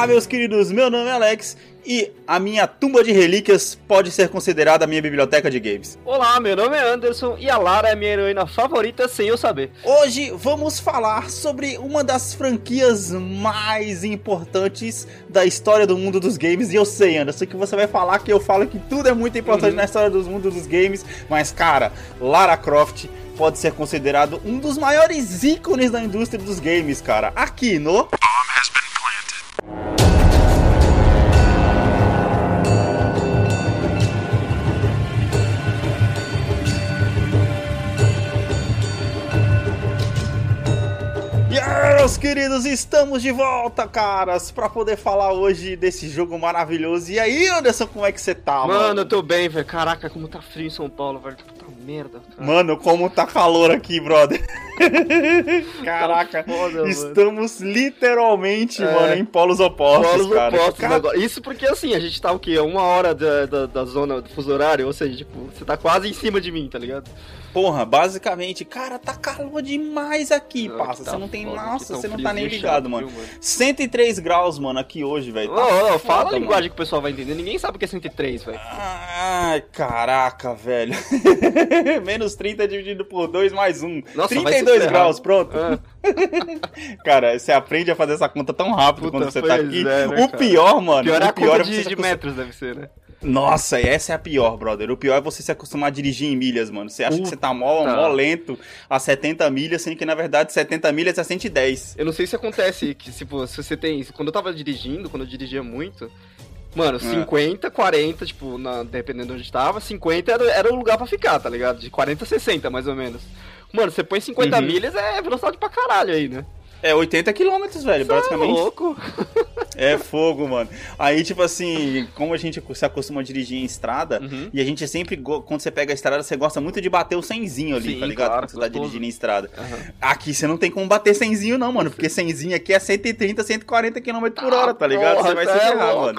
Olá, meus queridos, meu nome é Alex e a minha tumba de relíquias pode ser considerada a minha biblioteca de games. Olá, meu nome é Anderson e a Lara é minha heroína favorita sem eu saber. Hoje vamos falar sobre uma das franquias mais importantes da história do mundo dos games. E eu sei, Anderson, que você vai falar que eu falo que tudo é muito importante na história do mundo dos games. Mas, cara, Lara Croft pode ser considerado um dos maiores ícones da indústria dos games, cara. Aqui no... Meus queridos, estamos de volta, caras, pra poder falar hoje desse jogo maravilhoso. E aí, Anderson, como é que você tá, mano? Mano, eu tô bem, velho. Caraca, como tá frio em São Paulo, velho. Puta merda, cara. Mano, como tá calor aqui, brother. Caraca, tá foda, estamos literalmente, mano, em polos opostos, cara. Agora. Isso porque, assim, a gente tá o quê? 1 hora da zona do fuso horário, ou seja, tipo, você tá quase em cima de mim, tá ligado? Porra, basicamente, cara, tá calor demais aqui, não, parça. Tá você não tem. foda, Nossa, você não um tá nem ligado, chato, mano. Viu, mano. 103 graus, mano, aqui hoje, velho. Tá fala a linguagem que o pessoal vai entender. Ninguém sabe o que é 103, velho. Ai, caraca, velho. Menos 30 dividido por 2 mais 1. Nossa, 32 graus, pronto. Cara, você aprende a fazer essa conta tão rápido quando você tá aqui. É, né, o pior, mano. O pior é a pior conta de metros, deve ser, né? Nossa, essa é a pior, brother. O pior é você se acostumar a dirigir em milhas, mano. Você acha que você tá mó lento a 70 milhas, sendo que na verdade 70 milhas é 110. Eu não sei se acontece que, tipo, se você tem... Quando eu tava dirigindo, quando eu dirigia muito... Mano, 50, 40, tipo, dependendo de onde tava, 50 era o lugar pra ficar, tá ligado? De 40 a 60, mais ou menos. Mano, você põe 50 milhas, é velocidade pra caralho aí, né? É 80 km, velho, praticamente. É louco. É fogo, mano. Aí, tipo assim, como a gente se acostuma a dirigir em estrada, e a gente sempre, quando você pega a estrada, você gosta muito de bater o 100zinho ali, tá ligado? Claro, quando você tá dirigindo em estrada. Aqui você não tem como bater 100zinho não, mano, porque 100zinho aqui é 130, 140 km por hora, tá ligado? Porra, você vai se ferrar, mano.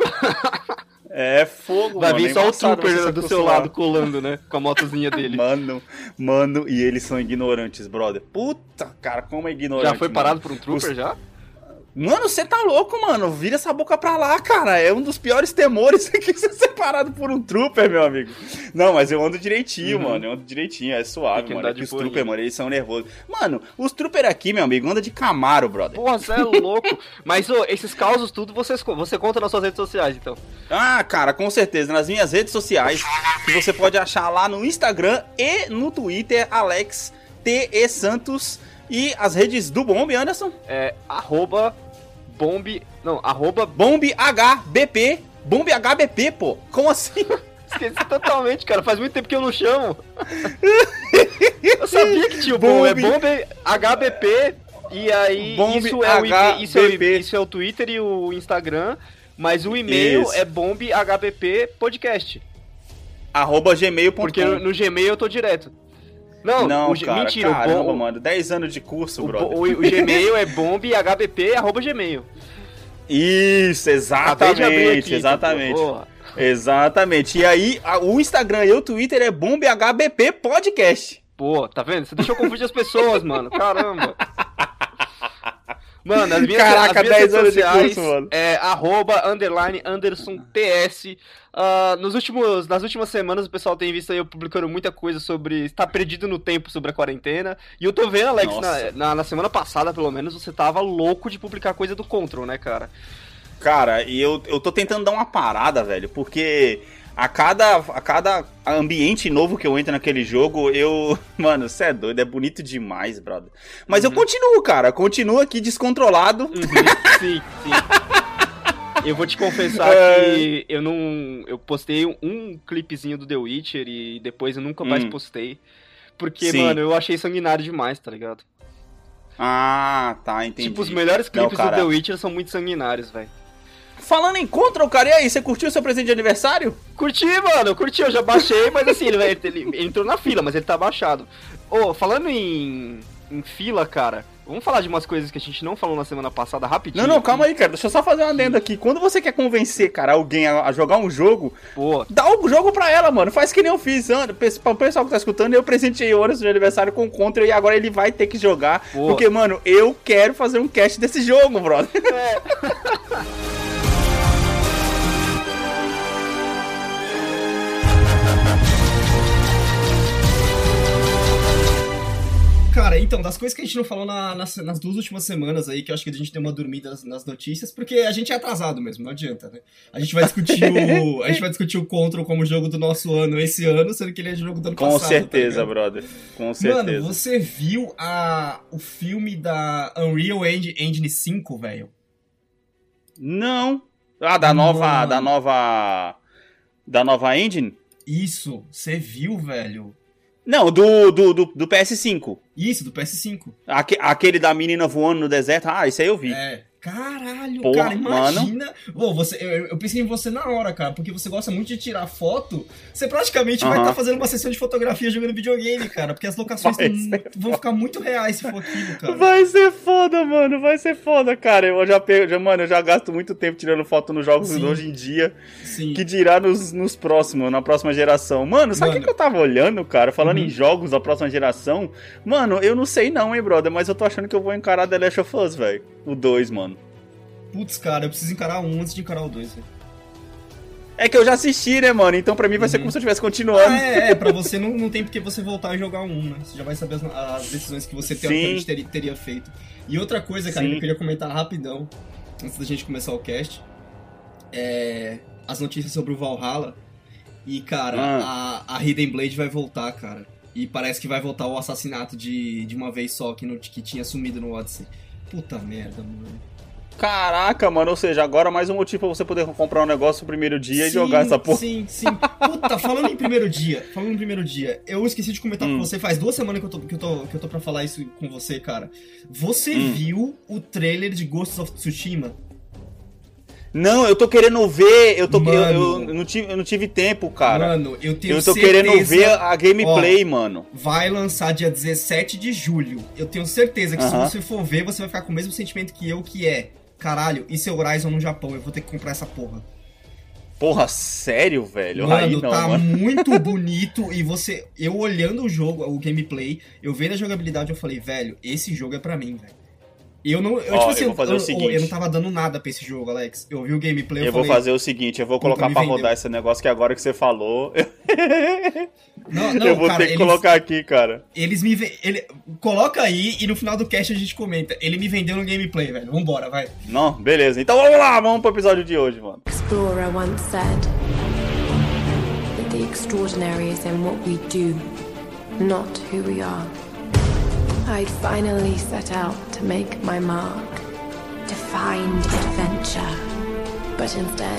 É fogo, vai mano. Vai vir só o Trooper do seu lado colando, né? Com a motozinha dele. Mano, e eles são ignorantes, brother. Puta, cara, como é ignorante. Já foi parado por um Trooper, já? Mano, você tá louco, mano. Vira essa boca pra lá, cara. É um dos piores temores aqui ser separado por um Trooper, meu amigo. Não, mas eu ando direitinho, mano. Eu ando direitinho, é suave, mano. É que os Trooper, mano, eles são nervosos. Mano, os Trooper aqui, meu amigo, anda de Camaro, brother. Porra, você é louco. Mas, esses causos tudo você conta nas suas redes sociais, então. Ah, cara, com certeza. Nas minhas redes sociais, que você pode achar lá no Instagram e no Twitter, Alex T.E. Santos. E as redes do Bomb, Anderson? É, BombHBP. BombHBP, pô. Como assim? Esqueci totalmente, cara. Faz muito tempo que eu não chamo. Eu sabia que tinha o Bomb. É BombHBP. E aí, isso é o Twitter e o Instagram. Mas o e-mail é BombHBP Podcast. @gmail.com. Porque no Gmail eu tô direto. Não, cara, mentira. Caramba, mano, 10 anos de curso, brother. O Gmail é bombhbp@gmail. Isso, exatamente, exatamente. Exatamente. E aí, o Instagram e o Twitter é bombhbp podcast. Pô, tá vendo? Você deixou confundir as pessoas, mano. Caramba. Mano, as minhas redes sociais é @_AndersonPS. Nas últimas semanas o pessoal tem visto aí eu publicando muita coisa sobre estar perdido no tempo sobre a quarentena. E eu tô vendo, Alex, na semana passada, pelo menos, você tava louco de publicar coisa do Control, né, cara? Cara, e eu tô tentando dar uma parada, velho, porque a cada ambiente novo que eu entro naquele jogo, Mano, cê é doido, é bonito demais, brother. Mas eu continuo, cara, continuo aqui descontrolado. Sim. Eu vou te confessar que eu postei um clipezinho do The Witcher e depois eu nunca mais postei. Porque, mano, eu achei sanguinário demais, tá ligado? Ah, tá, entendi. Tipo, os melhores clipes do The Witcher são muito sanguinários, velho. Falando em Control, cara, e aí, você curtiu o seu presente de aniversário? Curti, mano, eu já baixei, mas assim, ele entrou na fila, mas ele tá baixado. Falando em fila, cara, vamos falar de umas coisas que a gente não falou na semana passada rapidinho. Não, calma aí, cara, deixa eu só fazer uma adenda aqui. Quando você quer convencer, cara, alguém a jogar um jogo, dá o jogo pra ela, mano, faz que nem eu fiz. Pra o pessoal que tá escutando, eu presenteei o Anderson de aniversário com Contra e agora ele vai ter que jogar, porque, mano, eu quero fazer um cast desse jogo, brother. Cara, então, das coisas que a gente não falou nas 2 últimas semanas aí, que eu acho que a gente deu uma dormida nas notícias, porque a gente é atrasado mesmo, não adianta, né? A gente vai discutir o Control como jogo do nosso ano esse ano, sendo que ele é jogo do ano passado. Com certeza, tá, brother. Com certeza. Mano, você viu o filme da Unreal Engine 5, velho? Não. Ah, da nova engine? Isso, você viu, velho? Não, do PS5. Isso, do PS5. Aquele da menina voando no deserto. Ah, isso aí eu vi. Caralho, porra, cara, imagina. Eu pensei em você na hora, cara, porque você gosta muito de tirar foto. Você praticamente vai estar fazendo uma sessão de fotografia jogando videogame, cara, porque as locações vão ficar muito reais se for aquilo, cara. Vai ser foda, mano, vai ser foda, cara. Eu já gasto muito tempo tirando foto nos jogos hoje em dia. Sim. Que dirá na próxima geração. Mano, sabe o que eu tava olhando, cara? Falando em jogos da próxima geração. Mano, eu não sei não, hein, brother, mas eu tô achando que eu vou encarar The Last of Us, velho. O 2, mano. Putz, cara, eu preciso encarar um antes de encarar o 2, velho. É que eu já assisti, né, mano? Então pra mim vai ser como se eu estivesse continuando. Pra você não tem porque você voltar e jogar um, né? Você já vai saber as decisões que você teoricamente teria feito. E outra coisa, cara, que eu queria comentar rapidão, antes da gente começar o cast, as notícias sobre o Valhalla. E, cara, a Hidden Blade vai voltar, cara. E parece que vai voltar o assassinato de uma vez só que tinha sumido no Odyssey. Puta merda, mano. Caraca, mano, ou seja, agora mais um motivo pra você poder comprar um negócio no primeiro dia e jogar essa porra. Sim. Puta, falando em primeiro dia, eu esqueci de comentar com você, faz 2 semanas que eu tô pra falar isso com você, cara. Você viu o trailer de Ghost of Tsushima? Não, eu tô querendo ver, eu não tive tempo, cara. Mano, eu tenho certeza... Eu tô querendo ver a gameplay, mano. Vai lançar dia 17 de julho. Eu tenho certeza que se você for ver, você vai ficar com o mesmo sentimento que eu, que é... Caralho, isso é Horizon no Japão, eu vou ter que comprar essa porra. Porra, sério, velho? Mano, aí não, tá mano. muito bonito e eu olhando o jogo, o gameplay, eu vendo a jogabilidade, eu falei, velho, esse jogo é pra mim, velho. Eu vou fazer o seguinte. Eu não tava dando nada pra esse jogo, Alex. Eu vi o gameplay, vou fazer o seguinte, eu vou colocar pra rodar esse negócio que agora que você falou... Não, eu vou ter que colocar aqui, cara. Coloca aí e no final do cast a gente comenta. Ele me vendeu no gameplay, velho. Vambora, vai. Não, beleza. Então vamos lá, vamos pro episódio de hoje, mano. Explorer once said that the extraordinary is in what we do, not who we are. I'd finally set out to make my mark, to find adventure. But instead,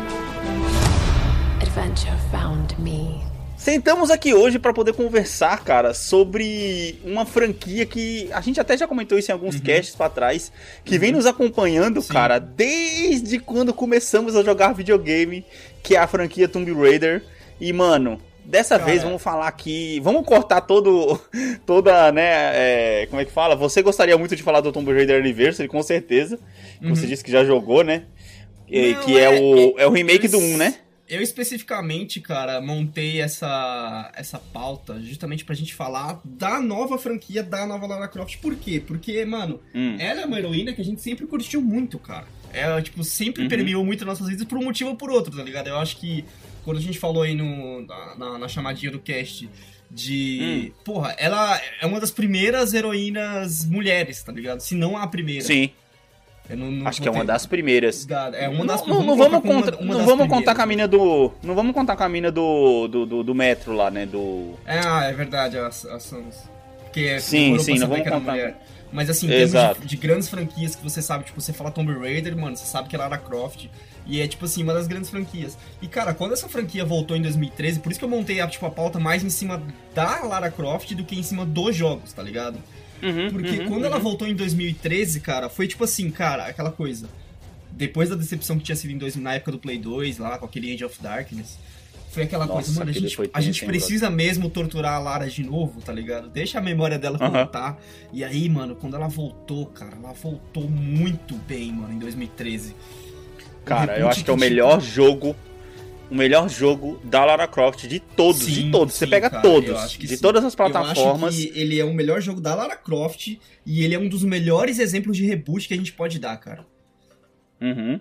adventure found me. Sentamos aqui hoje pra poder conversar, cara, sobre uma franquia que a gente até já comentou isso em alguns casts pra trás, que vem nos acompanhando, cara, desde quando começamos a jogar videogame, que é a franquia Tomb Raider. E, mano... Dessa vez vamos falar aqui, vamos cortar toda, né, como é que fala? Você gostaria muito de falar do Tomb Raider Anniversary, com certeza. Você disse que já jogou, né? Não, que é o remake do 1, né? Eu especificamente, cara, montei essa pauta justamente pra gente falar da nova franquia, da nova Lara Croft. Por quê? Porque, mano, ela é uma heroína que a gente sempre curtiu muito, cara. Ela, tipo, sempre permeou muito nossas vidas por um motivo ou por outro, tá ligado? Eu acho que quando a gente falou aí na chamadinha do cast de... Porra, ela é uma das primeiras heroínas mulheres, tá ligado? Se não a primeira. Sim. Acho que é uma das primeiras. É uma das Não vamos contar com a mina do... Não vamos contar com a mina do metro lá, né? É verdade, a Samus. Porque sim, não vamos contar. Mas assim, em termos de grandes franquias que você sabe, tipo, você fala Tomb Raider, mano, você sabe que é Lara Croft. E é, tipo assim, uma das grandes franquias. E, cara, quando essa franquia voltou em 2013, por isso que eu montei a pauta mais em cima da Lara Croft do que em cima dos jogos, tá ligado? Porque quando ela voltou em 2013, cara, foi tipo assim, cara, aquela coisa. Depois da decepção que tinha sido na época do Play 2, lá, com aquele Age of Darkness, foi aquela coisa, mano, a gente precisa mesmo torturar a Lara de novo, tá ligado? Deixa a memória dela voltar. E aí, mano, quando ela voltou, cara, ela voltou muito bem, mano, em 2013. Cara, eu acho que é o melhor jogo da Lara Croft de todos, Você pega cara, todos, de todas as plataformas. Eu acho que ele é o melhor jogo da Lara Croft e ele é um dos melhores exemplos de reboot que a gente pode dar, cara.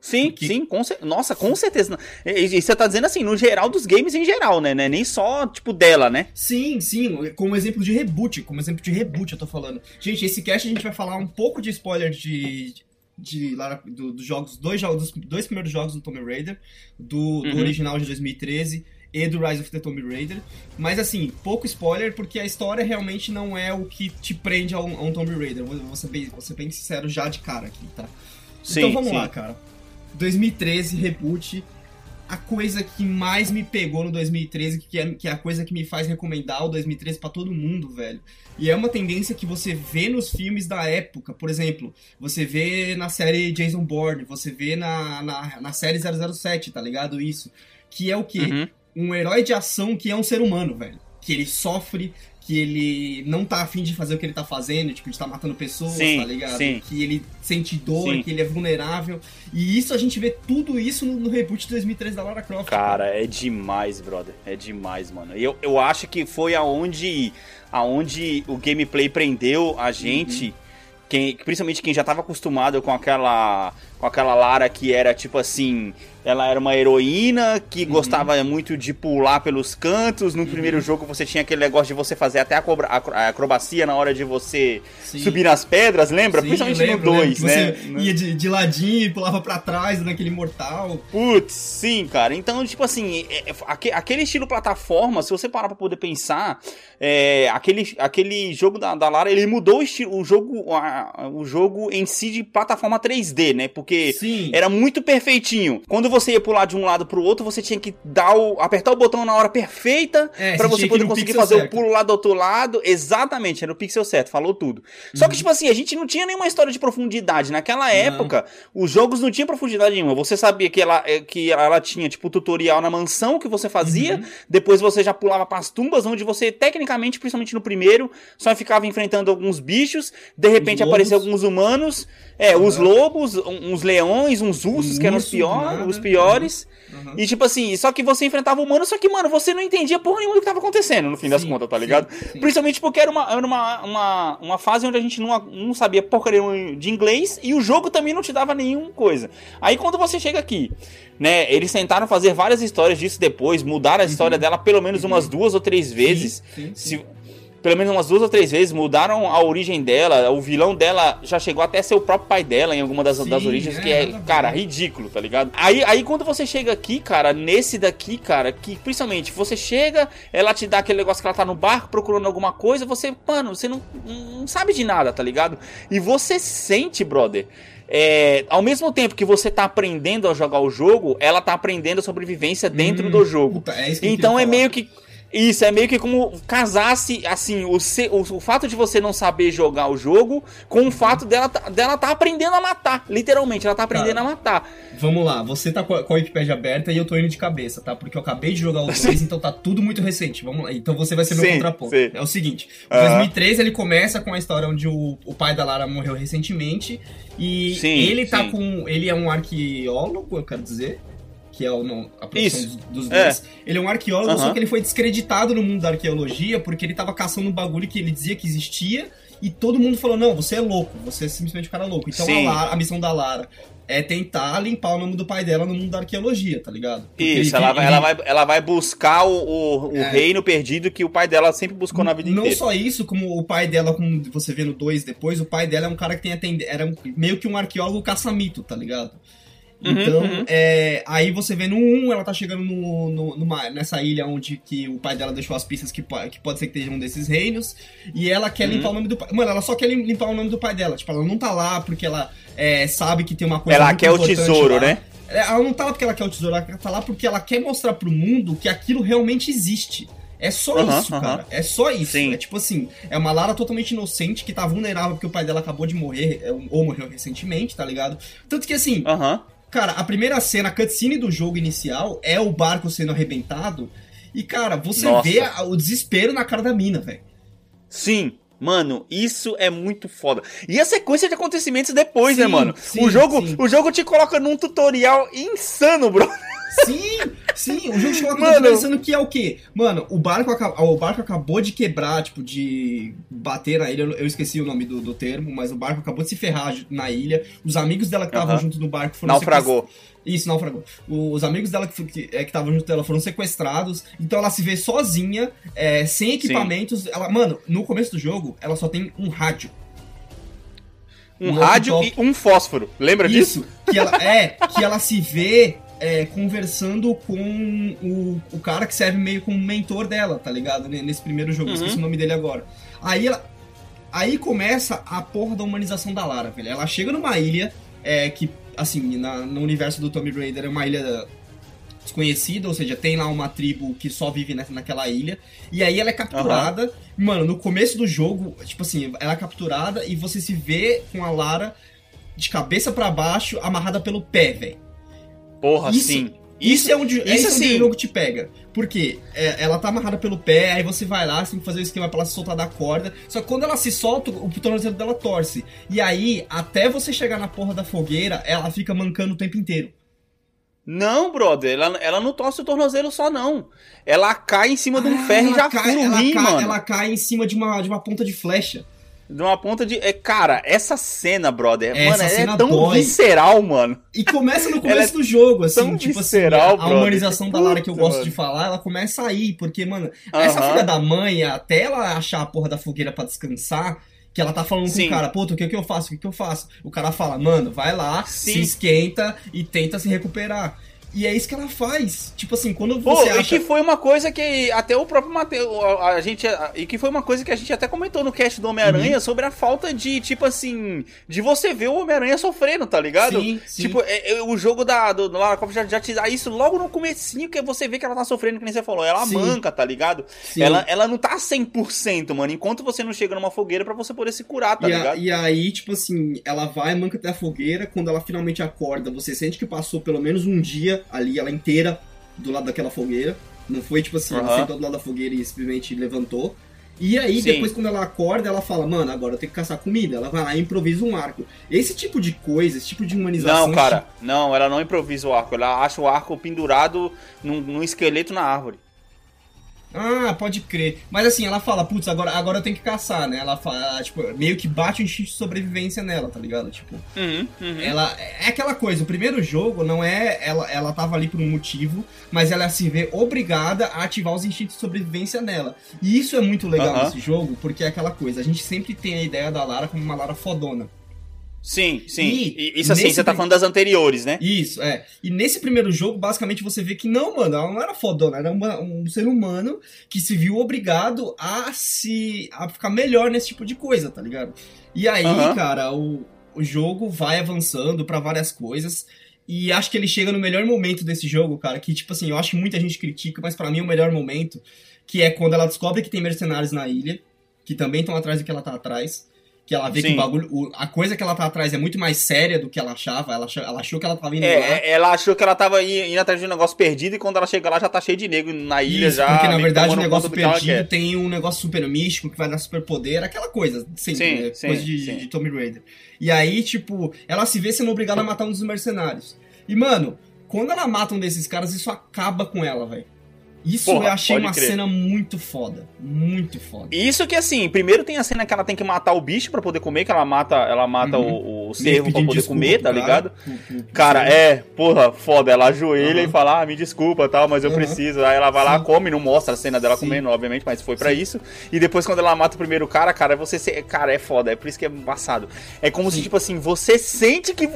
Sim, sim, nossa, com certeza. E você tá dizendo assim, no geral dos games em geral, né? Nem só, tipo, dela, né? Sim, como exemplo de reboot eu tô falando. Gente, esse cast a gente vai falar um pouco de spoiler dos jogos, dos dois primeiros jogos do Tomb Raider, do original de 2013 e do Rise of the Tomb Raider, mas assim, pouco spoiler, porque a história realmente não é o que te prende a um Tomb Raider, vou ser bem sincero já de cara aqui, tá? Sim, então vamos lá, cara. 2013, reboot, a coisa que mais me pegou no 2013, que é a coisa que me faz recomendar o 2013 pra todo mundo, velho. E é uma tendência que você vê nos filmes da época. Por exemplo, você vê na série Jason Bourne, você vê na série 007, tá ligado? Isso. Que é o quê? Um herói de ação que é um ser humano, velho. Que ele sofre, que ele não tá afim de fazer o que ele tá fazendo, tipo, de tá matando pessoas, sim, tá ligado? Sim. Que ele sente dor, sim, que ele é vulnerável. E isso, a gente vê tudo isso no reboot de 2013 da Lara Croft. Cara, é demais, brother. É demais, mano. Eu acho que foi aonde o gameplay prendeu a gente, principalmente quem já tava acostumado com aquela Lara que era, tipo assim... Ela era uma heroína que gostava muito de pular pelos cantos. No primeiro jogo você tinha aquele negócio de você fazer até a acrobacia na hora de você subir nas pedras, lembra? Sim, principalmente no 2, né? Você ia de ladinho e pulava pra trás naquele mortal. Putz, sim, cara. Então, tipo assim, aquele estilo plataforma, se você parar pra poder pensar, aquele jogo da Lara, ele mudou o jogo em si de plataforma 3D, né? Porque era muito perfeitinho. Quando você ia pular de um lado pro outro, você tinha que apertar o botão na hora perfeita pra você poder conseguir fazer o pulo lá do outro lado. Exatamente, era o pixel certo, falou tudo. Só que, tipo assim, a gente não tinha nenhuma história de profundidade. Naquela época, os jogos não tinham profundidade nenhuma. Você sabia que ela tinha, tipo, tutorial na mansão que você fazia, depois você já pulava pras tumbas, onde você, tecnicamente, principalmente no primeiro, só ficava enfrentando alguns bichos, de repente apareciam alguns humanos, os lobos, uns leões, uns ursos, que eram os piores. E tipo assim, só que você enfrentava humanos, só que, mano, você não entendia porra nenhuma do que tava acontecendo, no fim das contas, tá ligado? Principalmente porque era uma fase onde a gente não sabia porcaria de inglês e o jogo também não te dava nenhuma coisa. Aí quando você chega aqui, né, eles tentaram fazer várias histórias disso depois, mudaram a história dela pelo menos umas 2 ou 3 vezes. Pelo menos umas 2 ou 3 vezes, mudaram a origem dela, o vilão dela já chegou até a ser o próprio pai dela em alguma das origens, que é, cara, ridículo, tá ligado? Aí quando você chega aqui, cara, nesse daqui, cara, que principalmente você chega, ela te dá aquele negócio que ela tá no barco procurando alguma coisa, você não sabe de nada, tá ligado? E você sente, brother... ao mesmo tempo que você tá aprendendo a jogar o jogo, ela tá aprendendo a sobrevivência dentro do jogo. Então é meio que... Isso, é meio que como casasse, assim, o fato de você não saber jogar o jogo com o fato dela tá aprendendo a matar, literalmente, ela tá aprendendo a matar. Vamos lá, você tá com a Wikipedia aberta e eu tô indo de cabeça, tá? Porque eu acabei de jogar o 2, então tá tudo muito recente, vamos lá, então você vai ser meu contraponto. É o seguinte, em 2003 ele começa com a história onde o pai da Lara morreu recentemente e ele é um arqueólogo, eu quero dizer... que é a produção dos dois. Ele é um arqueólogo, só que ele foi descreditado no mundo da arqueologia porque ele tava caçando um bagulho que ele dizia que existia e todo mundo falou, não, você é louco, você é simplesmente um cara louco. Então a missão da Lara é tentar limpar o nome do pai dela no mundo da arqueologia, tá ligado? Porque ela vai buscar o reino perdido que o pai dela sempre buscou na vida inteira. Não só isso, como o pai dela, como você vê no 2 depois, o pai dela é um cara que era meio que um arqueólogo caça-mito, tá ligado? Então, aí você vê no 1, ela tá chegando nessa ilha onde que o pai dela deixou as pistas que pode ser que esteja um desses reinos, e ela quer limpar o nome do pai. Mano, ela só quer limpar o nome do pai dela. Tipo, ela não tá lá porque ela sabe que tem uma coisa muito importante. Ela quer o tesouro, lá, né? Ela não tá lá porque ela quer o tesouro, ela tá lá porque ela quer mostrar pro mundo que aquilo realmente existe. É só isso, cara. É só isso. Sim. É tipo assim, é uma Lara totalmente inocente que tá vulnerável porque o pai dela acabou de morrer, ou morreu recentemente, tá ligado? Tanto que assim... Cara, a primeira cutscene do jogo inicial é o barco sendo arrebentado. E, cara, você vê o desespero na cara da mina, velho. Sim, mano, isso é muito foda. E a sequência de acontecimentos depois, né, mano? O jogo te coloca num tutorial insano, bro. Sim, o jogo te coloca pensando que é o quê? Mano, o barco acabou de quebrar, tipo, de bater na ilha, eu esqueci o nome do termo, mas o barco acabou de se ferrar na ilha, os amigos dela que estavam junto no barco foram naufragou. Isso, naufragou. Os amigos dela que estavam junto dela foram sequestrados, então ela se vê sozinha, sem equipamentos. Ela, mano, no começo do jogo, ela só tem um rádio. Um rádio e um fósforo, lembra disso? Que ela se vê conversando com o cara que serve meio como mentor dela, tá ligado? Nesse primeiro jogo, esqueci o nome dele agora. Aí começa a porra da humanização da Lara, velho. Ela chega numa ilha que, assim, no universo do Tomb Raider é uma ilha desconhecida, ou seja, tem lá uma tribo que só vive naquela ilha, e aí ela é capturada. Mano, no começo do jogo, tipo assim, ela é capturada e você se vê com a Lara de cabeça pra baixo, amarrada pelo pé, velho. Porra, sim. Isso é onde o jogo te pega. Porque ela tá amarrada pelo pé, aí você vai lá, você tem que fazer o esquema pra ela se soltar da corda. Só que quando ela se solta, o tornozelo dela torce. E aí, até você chegar na porra da fogueira, ela fica mancando o tempo inteiro. Não, brother, ela não torce o tornozelo só, não. Ela cai em cima de um ferro e já fura o rim, mano. Ela cai em cima de uma ponta de flecha. De uma ponta de... cara, essa cena, brother, mano, cena é tão visceral, mano. E começa no começo do jogo, assim, tão tipo visceral, assim, a humanização da Lara que eu gosto de falar, ela começa aí, porque, mano, essa filha da mãe, até ela achar a porra da fogueira pra descansar, que ela tá falando com o cara, puta, o que eu faço? O cara fala, mano, vai lá, se esquenta e tenta se recuperar. E é isso que ela faz. Tipo assim, quando você acha... E que foi uma coisa que até o próprio Matheus... E que foi uma coisa que a gente até comentou no cast do Homem-Aranha sobre a falta de, tipo assim... De você ver o Homem-Aranha sofrendo, tá ligado? Sim. Tipo, o jogo do Lara Croft já te dá isso logo no comecinho, que você vê que ela tá sofrendo, que nem você falou. Ela manca, tá ligado? Ela não tá 100%, mano. Enquanto você não chega numa fogueira pra você poder se curar, tá ligado? E aí, tipo assim, ela vai, manca até a fogueira. Quando ela finalmente acorda, você sente que passou pelo menos um dia ali, ela inteira do lado daquela fogueira. Não foi tipo assim, ela sentou do lado da fogueira e simplesmente levantou. E aí, depois quando ela acorda, ela fala, mano, agora eu tenho que caçar comida. Ela vai lá e improvisa um arco. Esse tipo de coisa, esse tipo de humanização... Não, cara, não, ela não improvisa o arco. Ela acha o arco pendurado num esqueleto na árvore. Ah, pode crer. Mas assim, ela fala, putz, agora eu tenho que caçar, né? Ela fala, tipo, meio que bate o instinto de sobrevivência nela, tá ligado? Tipo, ela... É aquela coisa, o primeiro jogo não é... Ela tava ali por um motivo, mas ela se vê obrigada a ativar os instintos de sobrevivência nela. E isso é muito legal nesse jogo, porque é aquela coisa, a gente sempre tem a ideia da Lara como uma Lara fodona. Sim. Isso assim, você tá falando das anteriores, né? Isso, E nesse primeiro jogo, basicamente, você vê que não, mano, ela não era fodona, era um ser humano que se viu obrigado a ficar melhor nesse tipo de coisa, tá ligado? E aí, cara, o jogo vai avançando pra várias coisas, e acho que ele chega no melhor momento desse jogo, cara, que, tipo assim, eu acho que muita gente critica, mas pra mim é o melhor momento, que é quando ela descobre que tem mercenários na ilha, que também estão atrás do que ela tá atrás, que ela vê que o bagulho... A coisa que ela tá atrás é muito mais séria do que ela achava. Ela achou que ela tava indo lá. Ela achou que ela tava indo atrás de um negócio perdido, e quando ela chega lá já tá cheio de negro na ilha. Isso, já. Porque na verdade o negócio perdido tem um negócio super místico que vai dar super poder. Aquela coisa, coisa de Tomb Raider. E aí, tipo, ela se vê sendo obrigada a matar um dos mercenários. E, mano, quando ela mata um desses caras, isso acaba com ela, velho. Isso eu achei uma cena muito foda. Muito foda. Isso que, assim, primeiro tem a cena que ela tem que matar o bicho pra poder comer, que ela mata o cervo pra poder comer, tá ligado? Cara, foda. Ela ajoelha e fala, me desculpa e tal, mas eu preciso. Aí ela vai lá, come, não mostra a cena dela comendo, obviamente, mas foi pra isso. E depois, quando ela mata o primeiro cara, cara, é foda. É por isso que é embaçado. É como se, tipo assim, você sente que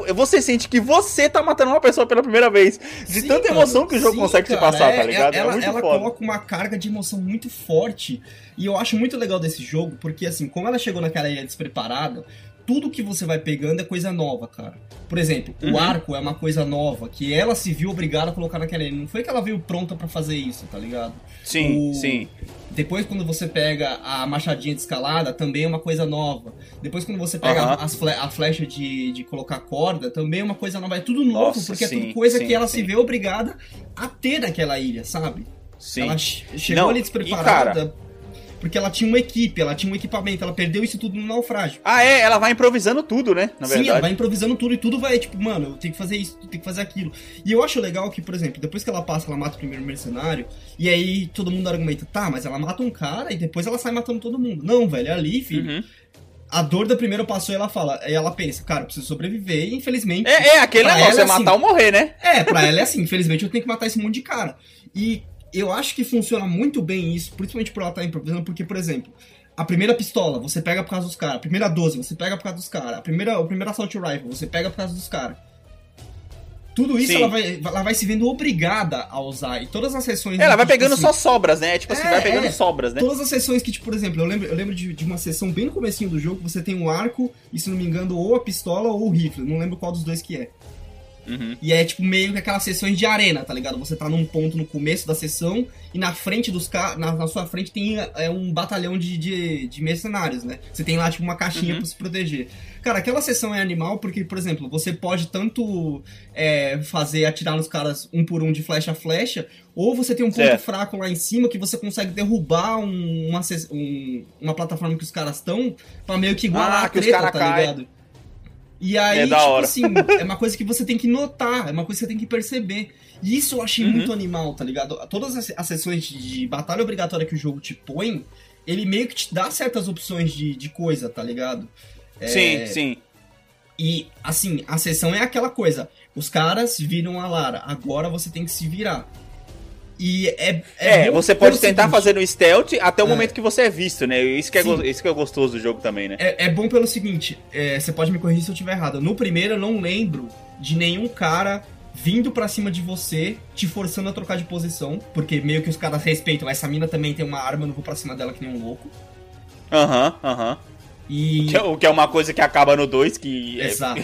você tá matando uma pessoa pela primeira vez. De tanta emoção que o jogo consegue te passar, tá ligado? Ela coloca uma carga de emoção muito forte. E eu acho muito legal desse jogo, porque assim, como ela chegou naquela ilha despreparada, tudo que você vai pegando é coisa nova, cara. Por exemplo, o arco é uma coisa nova, que ela se viu obrigada a colocar naquela ilha. Não foi que ela veio pronta pra fazer isso, tá ligado? Sim. Depois, quando você pega a machadinha de escalada, também é uma coisa nova. Depois, quando você pega a flecha de colocar corda, também é uma coisa nova. É tudo novo, porque é tudo coisa que ela se vê obrigada a ter naquela ilha, sabe? Ela chegou ali despreparada. porque ela tinha uma equipe, ela tinha um equipamento, ela perdeu isso tudo no naufrágio. Ah, ela vai improvisando tudo, né? Na verdade. Sim, ela vai improvisando tudo e tudo vai, tipo, mano, eu tenho que fazer isso, eu tenho que fazer aquilo. E eu acho legal que, por exemplo, depois que ela passa, ela mata o primeiro mercenário, e aí todo mundo argumenta, tá, mas ela mata um cara e depois ela sai matando todo mundo. Não, velho, é ali, filho. A dor da primeira passou e ela pensa, cara, eu preciso sobreviver e infelizmente... Aquele negócio, é matar ou morrer, né? Pra ela é assim, infelizmente eu tenho que matar esse monte de cara. E eu acho que funciona muito bem isso, principalmente por ela estar improvisando, porque, por exemplo, a primeira pistola, você pega por causa dos caras. A primeira 12, você pega por causa dos caras. O primeiro assault rifle, você pega por causa dos caras. Tudo isso ela vai se vendo obrigada a usar. E todas as sessões... Ela vai pegando só sobras, né? Tipo assim, vai pegando sobras, né? Todas as sessões que, tipo, por exemplo, eu lembro de uma sessão bem no comecinho do jogo, você tem um arco, e se não me engano, ou a pistola ou o rifle. Não lembro qual dos dois que é. E é tipo meio que aquelas sessões de arena, tá ligado? Você tá num ponto no começo da sessão e na frente dos caras, na sua frente tem um batalhão de mercenários, né? Você tem lá tipo uma caixinha pra se proteger. Cara, aquela sessão é animal porque, por exemplo, você pode tanto atirar nos caras um por um de flecha a flecha, ou você tem um ponto fraco lá em cima que você consegue derrubar uma plataforma que os caras estão pra meio que igualar a treta, tá ligado? E aí, tipo assim, é uma coisa que você tem que notar, é uma coisa que você tem que perceber. E isso eu achei muito animal, tá ligado? Todas as sessões de batalha obrigatória que o jogo te põe, ele meio que te dá certas opções de coisa, tá ligado? Sim. E, assim, a sessão é aquela coisa, os caras viram a Lara, agora você tem que se virar. E você pode tentar fazer no stealth até o momento que você é visto, né? Isso que é gostoso do jogo também, né? É bom pelo seguinte, você pode me corrigir se eu estiver errado. No primeiro eu não lembro de nenhum cara vindo pra cima de você, te forçando a trocar de posição, porque meio que os caras respeitam, essa mina também tem uma arma, eu não vou pra cima dela que nem um louco. E... O que é uma coisa que acaba no 2, que... Exato,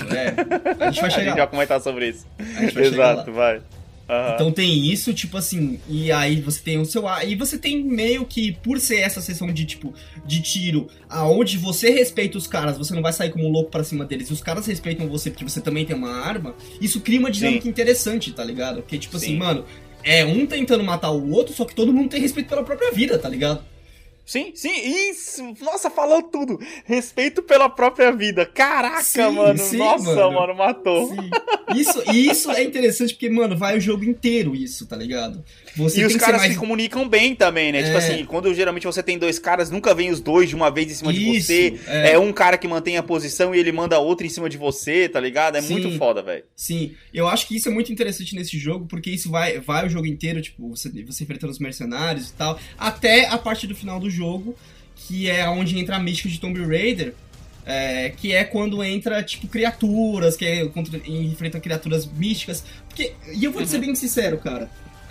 A gente vai chegar. A gente vai comentar sobre isso. A gente vai chegar lá. Vai. Então tem isso, tipo assim, e aí você tem o seu... E você tem meio que, por ser essa sessão de, tipo, de tiro, aonde você respeita os caras, você não vai sair como um louco pra cima deles, e os caras respeitam você porque você também tem uma arma, isso cria uma dinâmica interessante, tá ligado? Porque, tipo assim, mano, um tentando matar o outro, só que todo mundo tem respeito pela própria vida, tá ligado? Sim, isso! Nossa, falou tudo! Respeito pela própria vida. Caraca, mano! Nossa, mano, matou! Sim. Isso é interessante porque, mano, vai o jogo inteiro isso, tá ligado? Você os caras se comunicam bem também, né? Tipo assim, quando geralmente você tem dois caras, nunca vem os dois de uma vez em cima de você. É um cara que mantém a posição e ele manda outro em cima de você, tá ligado? É muito foda, velho. Sim, eu acho que isso é muito interessante nesse jogo, porque isso vai o jogo inteiro, tipo, você enfrentando os mercenários e tal, até a parte do final do jogo, que é onde entra a mística de Tomb Raider, que é quando entra, tipo, criaturas, enfrenta criaturas místicas. E eu vou ser bem sincero, cara,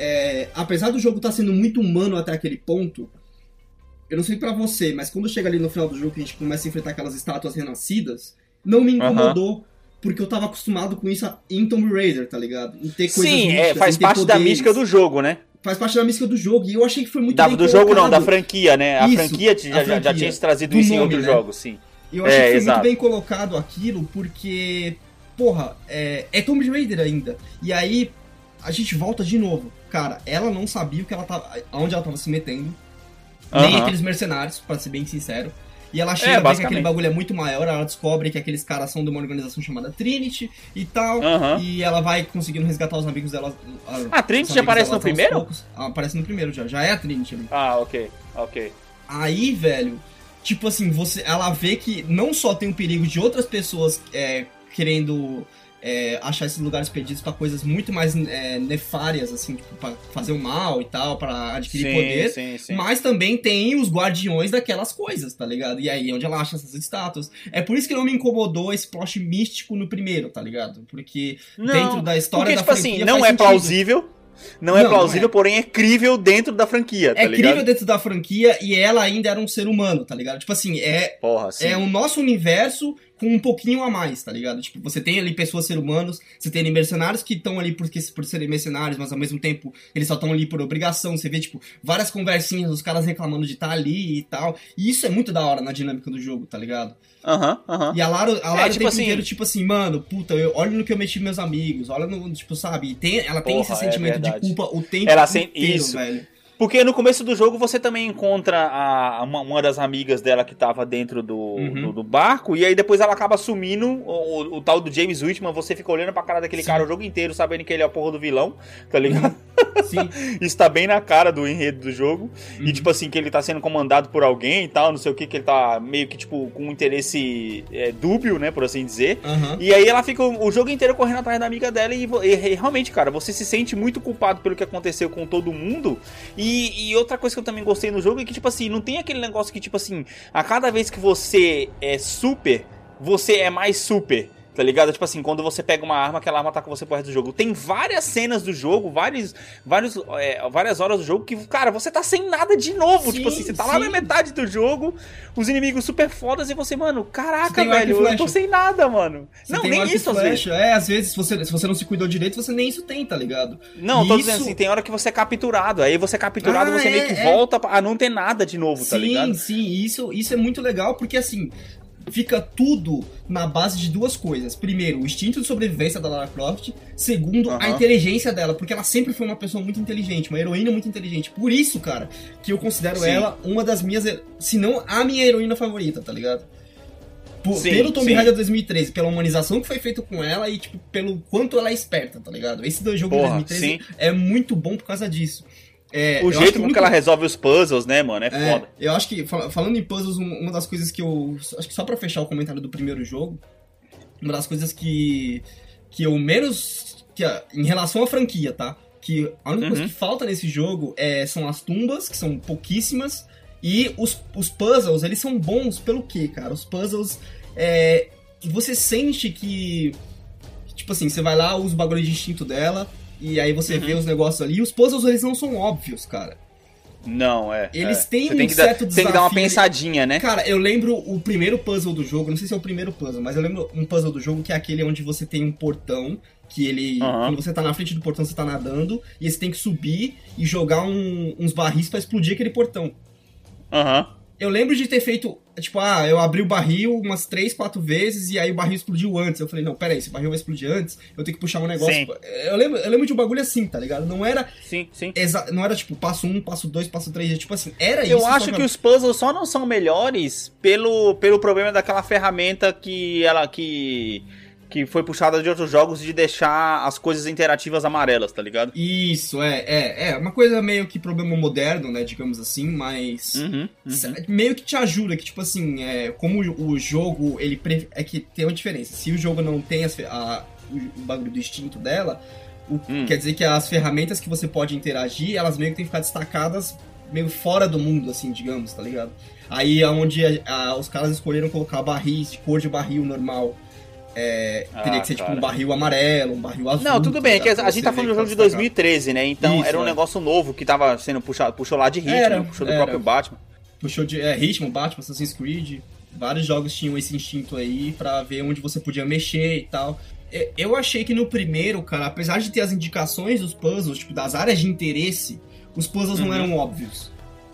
apesar do jogo estar sendo muito humano até aquele ponto, eu não sei pra você, mas quando chega ali no final do jogo que a gente começa a enfrentar aquelas estátuas renascidas, não me incomodou, porque eu tava acostumado com isso em Tomb Raider, tá ligado? Em ter coisas místicas, faz parte da mística do jogo, né? Faz parte da mística do jogo, e eu achei que foi muito bem colocado. Do jogo não, da franquia, né? A franquia já tinha se trazido isso em outros jogos, sim. Eu achei que foi muito bem colocado aquilo, porque, porra, é Tomb Raider ainda. E aí, a gente volta de novo. Cara, ela não sabia onde ela tava se metendo, nem aqueles mercenários, pra ser bem sincero. E ela chega a ver que aquele bagulho é muito maior, ela descobre que aqueles caras são de uma organização chamada Trinity e tal, e ela vai conseguindo resgatar os amigos dela. A Trinity já aparece no primeiro? Aparece no primeiro já é a Trinity ali. Ok. Aí, velho, tipo assim, ela vê que não só tem o perigo de outras pessoas querendo achar esses lugares perdidos pra coisas muito mais nefárias, assim, tipo, pra fazer o mal e tal, pra adquirir poder, mas também tem os guardiões daquelas coisas, tá ligado? E aí, onde ela acha essas estátuas. É por isso que não me incomodou esse plot místico no primeiro, tá ligado? Porque dentro da história da franquia tipo assim, não é plausível. Não é plausível, porém é crível dentro da franquia, tá ligado? É crível dentro da franquia e ela ainda era um ser humano, tá ligado? Tipo assim, é o nosso universo com um pouquinho a mais, tá ligado? Tipo, você tem ali pessoas, ser humanos, você tem ali mercenários que estão ali por serem mercenários, mas ao mesmo tempo eles só estão ali por obrigação. Você vê, tipo, várias conversinhas, os caras reclamando de estar ali e tal. E isso é muito da hora na dinâmica do jogo, tá ligado? E a Lara tipo o tempo assim, inteiro, tipo assim, mano, puta, olha no que eu meti meus amigos, olha no, tipo, sabe? Ela tem esse sentimento de culpa o tempo inteiro, velho. Isso. velho. Porque no começo do jogo você também encontra uma das amigas dela que tava dentro do barco, e aí depois ela acaba sumindo, o tal do James Whitman, você fica olhando pra cara daquele cara o jogo inteiro, sabendo que ele é o porra do vilão, tá ligado? Sim. Isso tá bem na cara do enredo do jogo, e tipo assim, que ele tá sendo comandado por alguém e tal, não sei o que ele tá meio que tipo com um interesse dúbio, né, por assim dizer, e aí ela fica o jogo inteiro correndo atrás da amiga dela, e realmente, cara, você se sente muito culpado pelo que aconteceu com todo mundo. E outra coisa que eu também gostei no jogo é que, tipo assim, não tem aquele negócio que, tipo assim, a cada vez que você é super, você é mais super, tá ligado? Tipo assim, quando você pega uma arma, aquela arma tá com você pro resto do jogo. Tem várias cenas do jogo, várias horas do jogo que, cara, você tá sem nada de novo. Tipo assim, você tá lá na metade do jogo, os inimigos super fodas e você, mano, caraca, velho, eu tô sem nada, mano. Não, nem isso às vezes. Às vezes, se você não se cuidou direito, você nem isso tem, tá ligado? Não, tô dizendo assim, tem hora que você é capturado, aí você é capturado, você meio que volta a não ter nada de novo, tá ligado? Sim, isso é muito legal, porque assim... Fica tudo na base de duas coisas. Primeiro, o instinto de sobrevivência da Lara Croft. Segundo, a inteligência dela. Porque ela sempre foi uma pessoa muito inteligente. Uma heroína muito inteligente. Por isso, cara, que eu considero ela uma das minhas... Se não a minha heroína favorita, tá ligado? Pelo Tomb Raider 2013. Pela humanização que foi feita com ela. E, tipo, pelo quanto ela é esperta, tá ligado? Esse jogo de 2013 é muito bom por causa disso. O jeito com que ela resolve os puzzles, né, mano? É foda. Eu acho que, falando em puzzles, uma das coisas que eu... Acho que só pra fechar o comentário do primeiro jogo, uma das coisas que eu menos... em relação à franquia, tá? Que a única coisa que falta nesse jogo são as tumbas, que são pouquíssimas, e os puzzles, eles são bons pelo quê, cara? Os puzzles, você sente que... Tipo assim, você vai lá, usa o bagulho de instinto dela... E aí você vê os negócios ali. E os puzzles, eles não são óbvios, cara. Não, Eles têm um certo desafio. Tem que dar uma pensadinha, né? Cara, eu lembro o primeiro puzzle do jogo. Não sei se é o primeiro puzzle, mas eu lembro um puzzle do jogo que é aquele onde você tem um portão. Que ele... Quando você tá na frente do portão, você tá nadando. E você tem que subir e jogar uns barris pra explodir aquele portão. Eu lembro de ter feito, tipo, eu abri o barril umas 3, 4 vezes e aí o barril explodiu antes. Eu falei, não, peraí, esse barril vai explodir antes, eu tenho que puxar um negócio. Eu lembro de um bagulho assim, tá ligado? Não era... Sim. Não era, tipo, passo 1, passo 2, passo 3, tipo assim, era isso. Eu acho que os puzzles só não são melhores pelo problema daquela ferramenta que foi puxada de outros jogos de deixar as coisas interativas amarelas, tá ligado? Isso, uma coisa meio que problema moderno, né, digamos assim, mas meio que te ajuda, que tipo assim, como o jogo, ele é que tem uma diferença, se o jogo não tem o bagulho do instinto dela, quer dizer que as ferramentas que você pode interagir, elas meio que tem que ficar destacadas meio fora do mundo, assim, digamos, tá ligado? Aí é onde os caras escolheram colocar barris de cor de barril normal. Teria que ser tipo um barril amarelo, um barril azul. Não, tudo bem, que a gente tá falando do jogo de 2013, né? Então isso, era um negócio novo que tava sendo puxou lá de ritmo, puxou do próprio Batman. Puxou de ritmo, Batman, Assassin's Creed. Vários jogos tinham esse instinto aí pra ver onde você podia mexer e tal. Eu achei que no primeiro, cara, apesar de ter as indicações dos puzzles, tipo, das áreas de interesse, os puzzles não eram óbvios.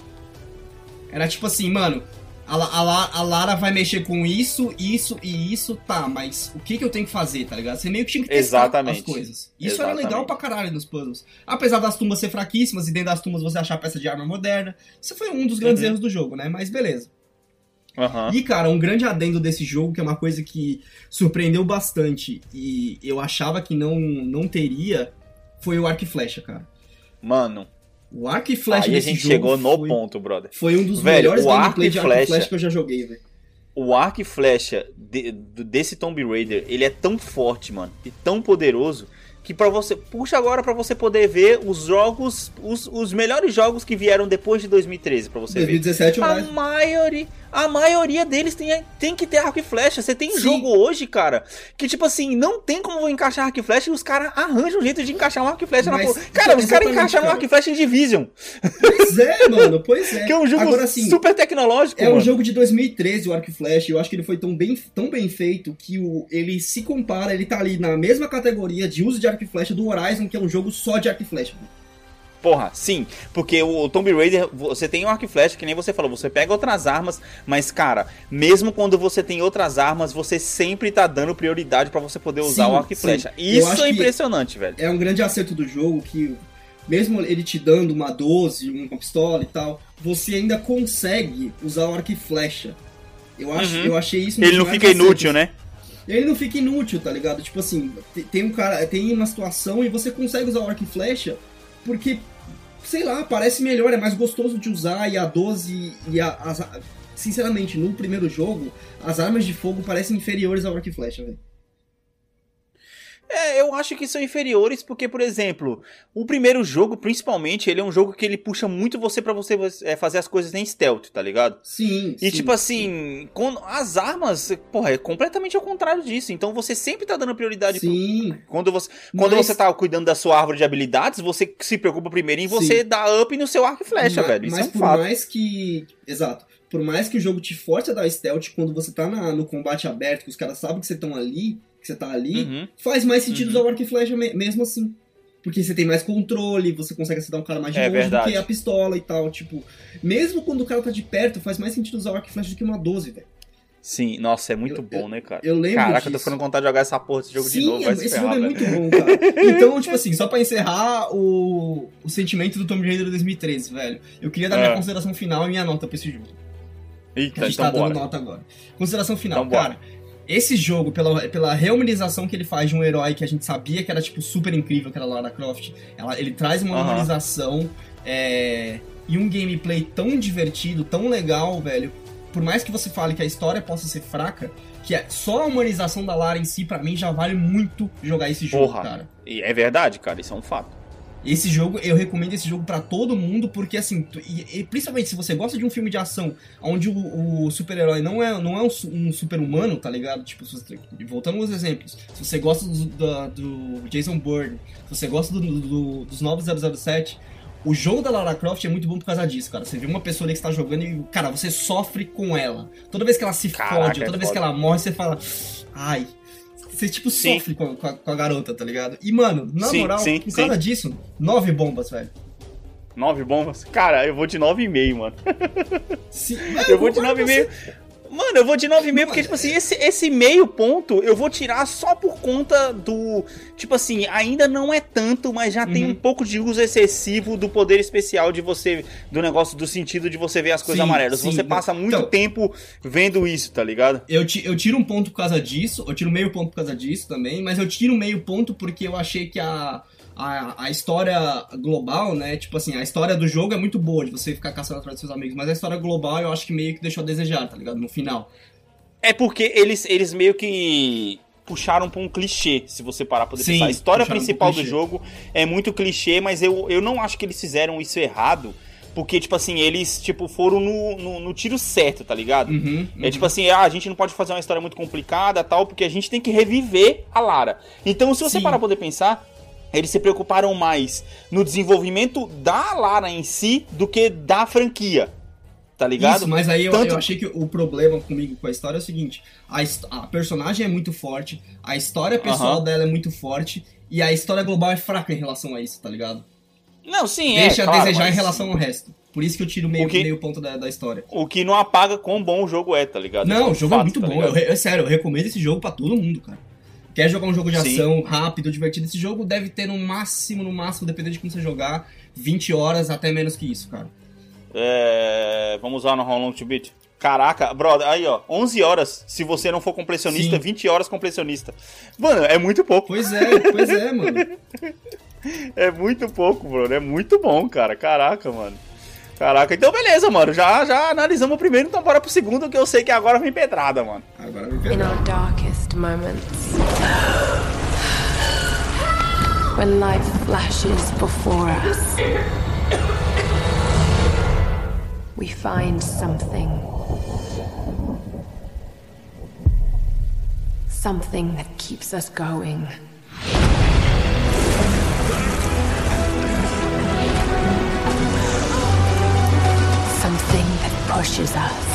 Era tipo assim, mano... A Lara vai mexer com isso, isso e isso, tá, mas o que eu tenho que fazer, tá ligado? Você meio que tinha que testar as coisas. Isso era legal pra caralho nos puzzles. Apesar das tumbas ser fraquíssimas e dentro das tumbas você achar peça de arma moderna. Isso foi um dos grandes erros do jogo, né? Mas beleza. E, cara, um grande adendo desse jogo, que é uma coisa que surpreendeu bastante e eu achava que não teria, foi o arco e flecha, cara. Mano... O arco e flecha desse jogo... Aí a gente chegou no ponto, brother. Foi um dos melhores gameplays de arco e flecha que eu já joguei, velho. O arco e flecha desse Tomb Raider, ele é tão forte, mano, e tão poderoso, que pra você... Puxa agora pra você poder ver os jogos, os melhores jogos que vieram depois de 2013, pra você 2017 ver. A maioria deles tem que ter arco e flecha. Você tem jogo hoje, cara, que tipo assim, não tem como encaixar arco e flecha e os caras arranjam um jeito de encaixar um arco e flecha na porra. Cara, os caras encaixaram um arco e flecha em Division. Pois é, mano, pois é. Que é um jogo agora, assim, super tecnológico, mano. Um jogo de 2013, o arco e flecha, eu acho que ele foi tão bem feito que ele se compara, ele tá ali na mesma categoria de uso de arco e flecha do Horizon, que é um jogo só de arco e flecha. Porra, sim, porque o Tomb Raider, você tem um arco e flecha, que nem você falou, você pega outras armas, mas, cara, mesmo quando você tem outras armas, você sempre tá dando prioridade pra você poder usar o arco e flecha. Isso é impressionante, velho. É um grande acerto do jogo que mesmo ele te dando uma 12, uma pistola e tal, você ainda consegue usar o arco e flecha. Eu achei isso... Ele não fica inútil, né? Ele não fica inútil, tá ligado? Tipo assim, tem uma situação e você consegue usar o arco e flecha porque, sei lá, parece melhor, é mais gostoso de usar, e a 12 e sinceramente, no primeiro jogo, as armas de fogo parecem inferiores ao arco e flecha, velho. Eu acho que são inferiores porque, por exemplo, o primeiro jogo, principalmente, ele é um jogo que ele puxa muito você pra você fazer as coisas em stealth, tá ligado? Sim. E tipo assim, as armas, porra, é completamente ao contrário disso. Então você sempre tá dando prioridade quando você tá cuidando da sua árvore de habilidades, você se preocupa primeiro em você dar up no seu arco e flecha, velho. Isso é um fato. Exato. Por mais que o jogo te force a dar stealth quando você tá no combate aberto, que os caras sabem que você tá ali, faz mais sentido usar o arco e flecha mesmo assim. Porque você tem mais controle, você consegue acertar um cara mais de longe do que a pistola e tal. Tipo, mesmo quando o cara tá de perto, faz mais sentido usar o arco e flecha do que uma 12, velho. Sim, nossa, é muito bom, né, cara? Eu lembro Caraca, disso. eu tô ficando com vontade de jogar essa porra desse jogo de novo. Sim, esse jogo é muito bom, cara. Então, tipo assim, só pra encerrar o sentimento do Tomb Raider 2013, velho. Eu queria dar minha consideração final e minha nota pra esse jogo. Eita, a gente tá dando nota agora. Consideração final, então, cara. Esse jogo, pela reumanização que ele faz de um herói que a gente sabia que era, tipo, super incrível, que era Lara Croft, ele traz uma humanização e um gameplay tão divertido, tão legal, velho. Por mais que você fale que a história possa ser fraca, que só a humanização da Lara em si, pra mim, já vale muito jogar esse jogo, cara. E é verdade, cara, isso é um fato. Esse jogo, eu recomendo esse jogo pra todo mundo, porque assim, e principalmente se você gosta de um filme de ação onde o super-herói não é um super-humano, tá ligado? Tipo, voltando aos exemplos, se você gosta do Jason Bourne, se você gosta dos novos 007, o jogo da Lara Croft é muito bom por causa disso, cara. Você vê uma pessoa ali que está jogando e, cara, você sofre com ela. Toda vez que ela se fode, toda vez que ela morre, você fala, ai... Você, tipo, sofre com a garota, tá ligado? E, mano, na moral, por causa disso, 9 bombas, velho. 9 bombas? Cara, eu vou de 9,5, mano. Sim, eu vou de 9,5. Mano, eu vou de 9,5 porque, tipo assim, esse meio ponto eu vou tirar só por conta do... Tipo assim, ainda não é tanto, mas já tem um pouco de uso excessivo do poder especial de você... Do negócio, do sentido de você ver as coisas amarelas. Você passa muito tempo vendo isso, tá ligado? Eu tiro um ponto por causa disso, eu tiro meio ponto por causa disso também, mas eu tiro meio ponto porque eu achei que a história global, né, tipo assim, a história do jogo é muito boa, de você ficar caçando atrás dos seus amigos, mas a história global eu acho que meio que deixou a desejar, tá ligado, no final. É porque eles meio que puxaram pra um clichê, se você parar pra pensar. A história principal do jogo é muito clichê, mas eu não acho que eles fizeram isso errado, porque, tipo assim, eles, tipo, foram no tiro certo, tá ligado? É tipo assim, a gente não pode fazer uma história muito complicada, tal, porque a gente tem que reviver a Lara. Então, se você parar pra poder pensar, eles se preocuparam mais no desenvolvimento da Lara em si do que da franquia, tá ligado? Isso, mas aí eu achei que o problema comigo com a história é o seguinte, a personagem é muito forte, a história pessoal dela é muito forte, e a história global é fraca em relação a isso, tá ligado? Não, sim, Deixa a desejar em relação ao resto. Por isso que eu tiro meio ponto da história. O que não apaga quão bom o jogo é, tá ligado? Não, o jogo é muito bom, sério, eu recomendo esse jogo pra todo mundo, cara. Quer jogar um jogo de ação rápido, divertido? Esse jogo deve ter no máximo, dependendo de como você jogar, 20 horas, até menos que isso, cara. Vamos usar no How Long to Beat? Caraca, brother, aí ó, 11 horas se você não for completionista, 20 horas completionista. Mano, é muito pouco. Pois é, mano. É muito pouco, brother, é muito bom, cara, caraca, mano. Caraca, então beleza, mano, já analisamos o primeiro, então bora pro segundo, que eu sei que agora vem pedrada, mano. Agora vem pedrada. In our darkest moments, when life flashes before us, we find something that keeps us going. Something that pushes us.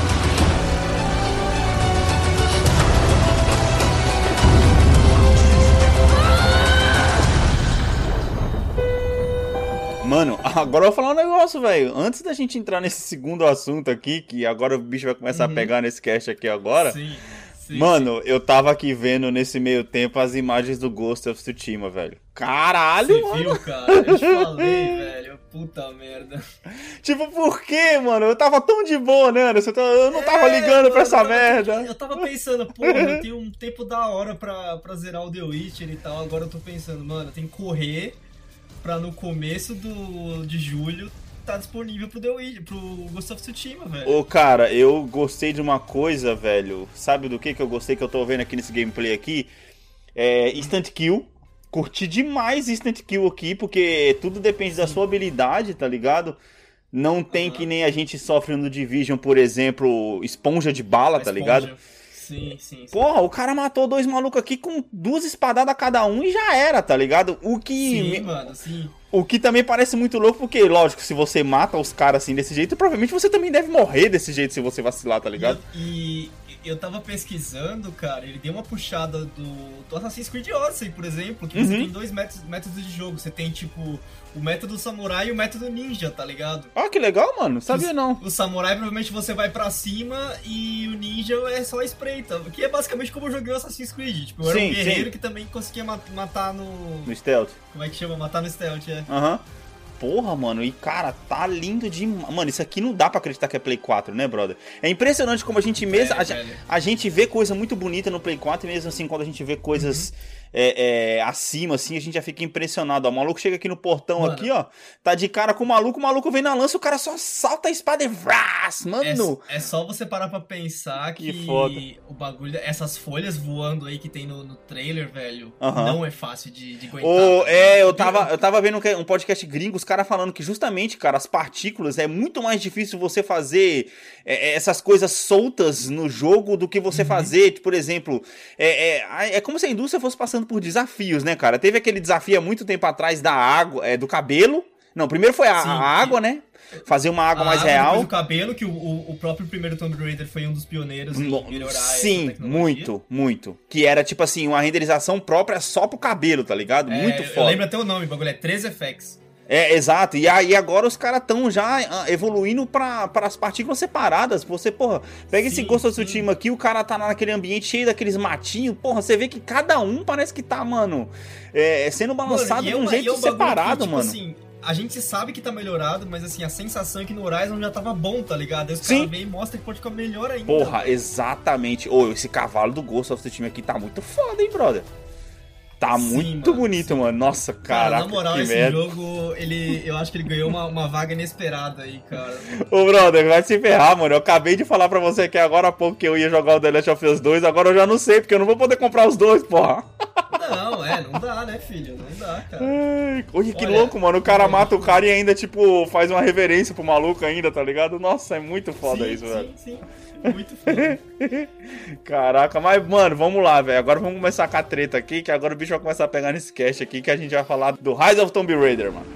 Mano, agora eu vou falar um negócio, velho. Antes da gente entrar nesse segundo assunto aqui, que agora o bicho vai começar a pegar nesse cast aqui agora. Sim. Mano, eu tava aqui vendo nesse meio tempo as imagens do Ghost of Tsushima, velho. Caralho, mano! Você viu, cara? Eu te falei, velho. Puta merda. Tipo, por quê, mano? Eu tava tão de boa, né, Anderson? Eu não tava ligando pra essa merda. Eu tava pensando, pô, eu tenho um tempo da hora pra zerar o The Witcher e tal. Agora eu tô pensando, mano, tem que correr pra no começo de julho tá disponível pro Ghost of Tsushima, velho. Ô, cara, eu gostei de uma coisa, velho. Sabe do que eu gostei que eu tô vendo aqui nesse gameplay aqui? Instant Kill. Curti demais Instant Kill aqui, porque tudo depende da sua habilidade, tá ligado? Não tem que nem a gente sofre no Division, por exemplo, esponja de bala, tá ligado? Sim. Porra, o cara matou 2 malucos aqui com 2 espadadas cada um e já era, tá ligado? Sim. O que também parece muito louco, porque, lógico, se você mata os caras assim desse jeito, provavelmente você também deve morrer desse jeito se você vacilar, tá ligado? E eu tava pesquisando, cara, ele deu uma puxada do Assassin's Creed Odyssey, por exemplo, que você tem 2 métodos de jogo. Você tem, tipo, o método samurai e o método ninja, tá ligado? Ah, que legal, mano. Sabia não. O samurai, provavelmente, você vai pra cima e o ninja é só espreita. Que é basicamente como eu joguei o Assassin's Creed. Tipo, eu era um guerreiro que também conseguia matar no stealth. Como é que chama? Matar no stealth, Porra, mano, e cara, tá lindo demais. Mano, isso aqui não dá pra acreditar que é Play 4, né, brother? É impressionante como a gente mesmo... A gente vê coisa muito bonita no Play 4 e mesmo assim, quando a gente vê coisas acima, assim, a gente já fica impressionado. Ó, o maluco chega aqui no portão, mano, aqui, ó, tá de cara com o maluco vem na lança, o cara só salta a espada e vrás, mano. É só você parar pra pensar que foda. O bagulho, essas folhas voando aí que tem no trailer, velho, não é fácil de aguentar. Eu tava vendo um podcast gringo, os caras falando que justamente, cara, as partículas, é muito mais difícil você fazer essas coisas soltas no jogo do que você fazer, por exemplo, é como se a indústria fosse passando por desafios, né, cara? Teve aquele desafio há muito tempo atrás da água, do cabelo. Não, primeiro foi a água, né? Fazer uma água mais real. Depois o cabelo, que o próprio primeiro Tomb Raider foi um dos pioneiros em melhorar essa tecnologia. Muito. Que era, tipo assim, uma renderização própria só pro cabelo, tá ligado? Muito foda. Eu lembro até o nome, o bagulho é 3FX. Exato. E aí agora os caras estão já evoluindo para as partículas separadas. Você, porra, pega esse Ghost of Tsushima aqui, o cara tá naquele ambiente cheio daqueles matinhos. Porra, você vê que cada um parece que tá, mano, sendo balançado de um jeito separado, que, mano. Tipo assim, a gente sabe que tá melhorado, mas assim, a sensação é que no Horizon já tava bom, tá ligado? Aí os caras vêm e mostram que pode ficar melhor ainda. Porra, exatamente. Esse cavalo do Ghost of Tsushima aqui tá muito foda, hein, brother? Tá muito bonito, mano. Nossa, caraca, na moral, que esse merda. jogo, eu acho que ele ganhou uma vaga inesperada aí, cara. Ô, brother, vai se ferrar, mano. Eu acabei de falar pra você que agora há pouco que eu ia jogar o The Last of Us 2, agora eu já não sei, porque eu não vou poder comprar os dois, porra. Não dá, né, filho? Não dá, cara. Olha que louco, mano. O cara mata o cara e ainda, tipo, faz uma reverência pro maluco ainda, tá ligado? Nossa, é muito foda isso, velho. Sim. Muito foda. Caraca, mas, mano, vamos lá, velho. Agora vamos começar com a treta aqui, que agora o bicho vai começar a pegar nesse cast aqui, que a gente vai falar do Rise of Tomb Raider, mano.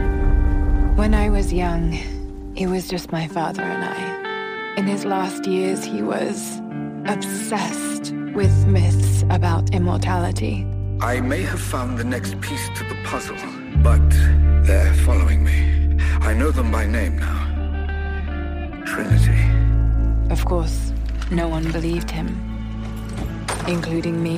When I was young, it was just my father and I. In his last years, he was obsessed with myths about immortality. I may have found the next piece to the puzzle, but they're following me. I know them by name now. Trinity. Of course, no one believed him, including me.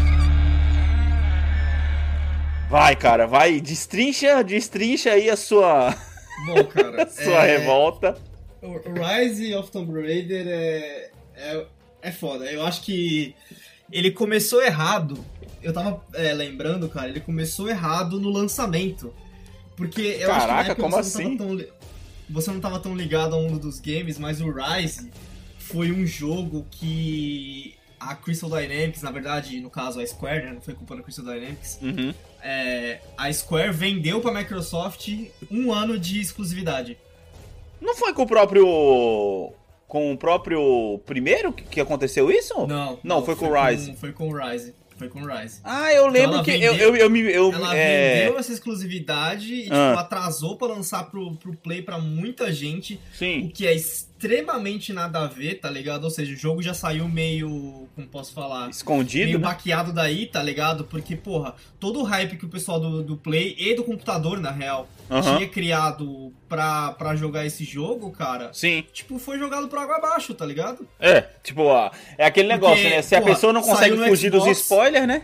Vai, cara, vai, destrincha aí a sua... Bom, cara, sua revolta. O Rise of Tomb Raider é foda. Eu acho que ele começou errado. Eu tava lembrando, cara, ele começou errado no lançamento. Porque eu acho que na época como assim? Você não tava tão ligado ao mundo dos games, mas o Rise foi um jogo que a Crystal Dynamics, na verdade, no caso a Square, né, não foi culpa da Crystal Dynamics, a Square vendeu pra Microsoft 1 ano de exclusividade. Não foi com o próprio primeiro que aconteceu isso? Não, foi com o Rise. Foi com o Rise. Ah, eu lembro então que ela vendeu essa exclusividade e tipo, atrasou pra lançar pro Play pra muita gente. Sim. O que é extremamente extremamente nada a ver, tá ligado? Ou seja, o jogo já saiu meio, como posso falar? Escondido, meio né? baqueado daí, tá ligado? Porque, porra, todo o hype que o pessoal do Play e do computador, na real, tinha criado pra jogar esse jogo, cara, sim, tipo, foi jogado por água abaixo, tá ligado? Tipo, ó, é aquele negócio, né? Se a pessoa não consegue fugir dos spoilers, né?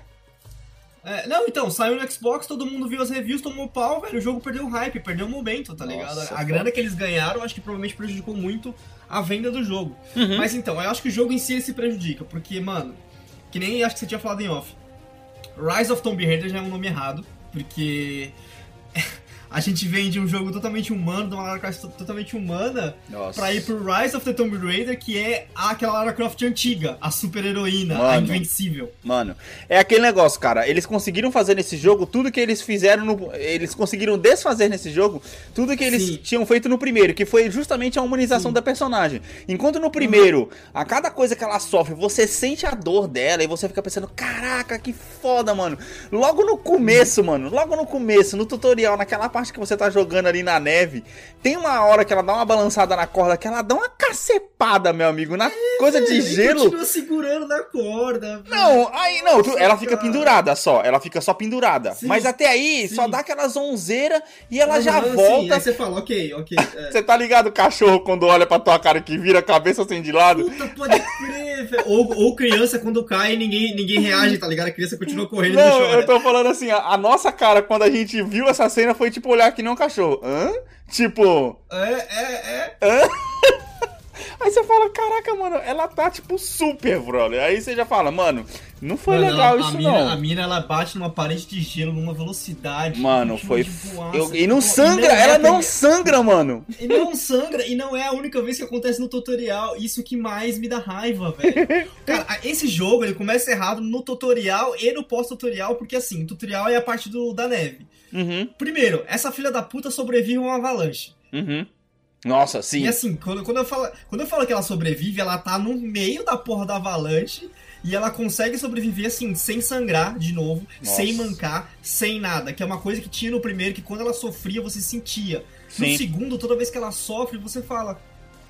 Não, então, saiu no Xbox, todo mundo viu as reviews, tomou pau, velho, o jogo perdeu o hype, perdeu o momento, tá ligado? A grana que eles ganharam, acho que provavelmente prejudicou muito a venda do jogo. Mas então, eu acho que o jogo em si ele se prejudica, porque, mano, que nem acho que você tinha falado em off, Rise of Tomb Raider já é um nome errado, porque a gente vem de um jogo totalmente humano, de uma Lara Croft totalmente humana, pra ir pro Rise of the Tomb Raider, que é aquela Lara Croft antiga, a super heroína, a invencível. Mano, é aquele negócio, cara, eles conseguiram fazer nesse jogo tudo que eles fizeram eles conseguiram desfazer nesse jogo tudo que eles tinham feito no primeiro, que foi justamente a humanização da personagem. Enquanto no primeiro, a cada coisa que ela sofre, você sente a dor dela e você fica pensando, caraca, que foda, mano. Logo no começo, no tutorial, naquela parte que você tá jogando ali na neve, tem uma hora que ela dá uma balançada na corda, que ela dá uma cacepada, meu amigo, na coisa de gelo. Continua segurando na corda. Não, aí não, ela fica pendurada só, ela fica só pendurada. Mas até aí, só dá aquela zonzeira e ela já volta. Aí você fala, ok. Você tá ligado o cachorro quando olha pra tua cara que vira a cabeça assim de lado? Puta, pode crer, velho. Ou criança quando cai e ninguém reage, tá ligado? A criança continua correndo e não chora. Eu tô falando assim, a nossa cara quando a gente viu essa cena foi tipo olhar que nem um cachorro. Hã? Tipo... Hã? Aí você fala, caraca, mano, ela tá tipo super, brother. Aí você já fala, mano, não foi legal isso não. A mina, ela bate numa parede de gelo numa velocidade. Mano, foi... E não sangra, ela não sangra, mano. E não sangra, e não é a única vez que acontece no tutorial. Isso que mais me dá raiva, velho. Cara, esse jogo, ele começa errado no tutorial e no pós-tutorial, porque assim, o tutorial é a parte da neve. Primeiro, essa filha da puta sobrevive a uma avalanche. Nossa, sim. E assim, quando eu falo que ela sobrevive, ela tá no meio da porra da avalanche e ela consegue sobreviver assim, sem sangrar de novo, sem mancar, sem nada. Que é uma coisa que tinha no primeiro, que quando ela sofria, você sentia. No segundo, toda vez que ela sofre, você fala,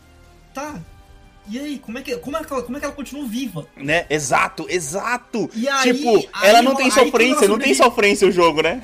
tá, e aí, como é que ela continua viva? Né? Exato. E aí, tipo, ela não tem sofrência, não tem sofrência o jogo, né?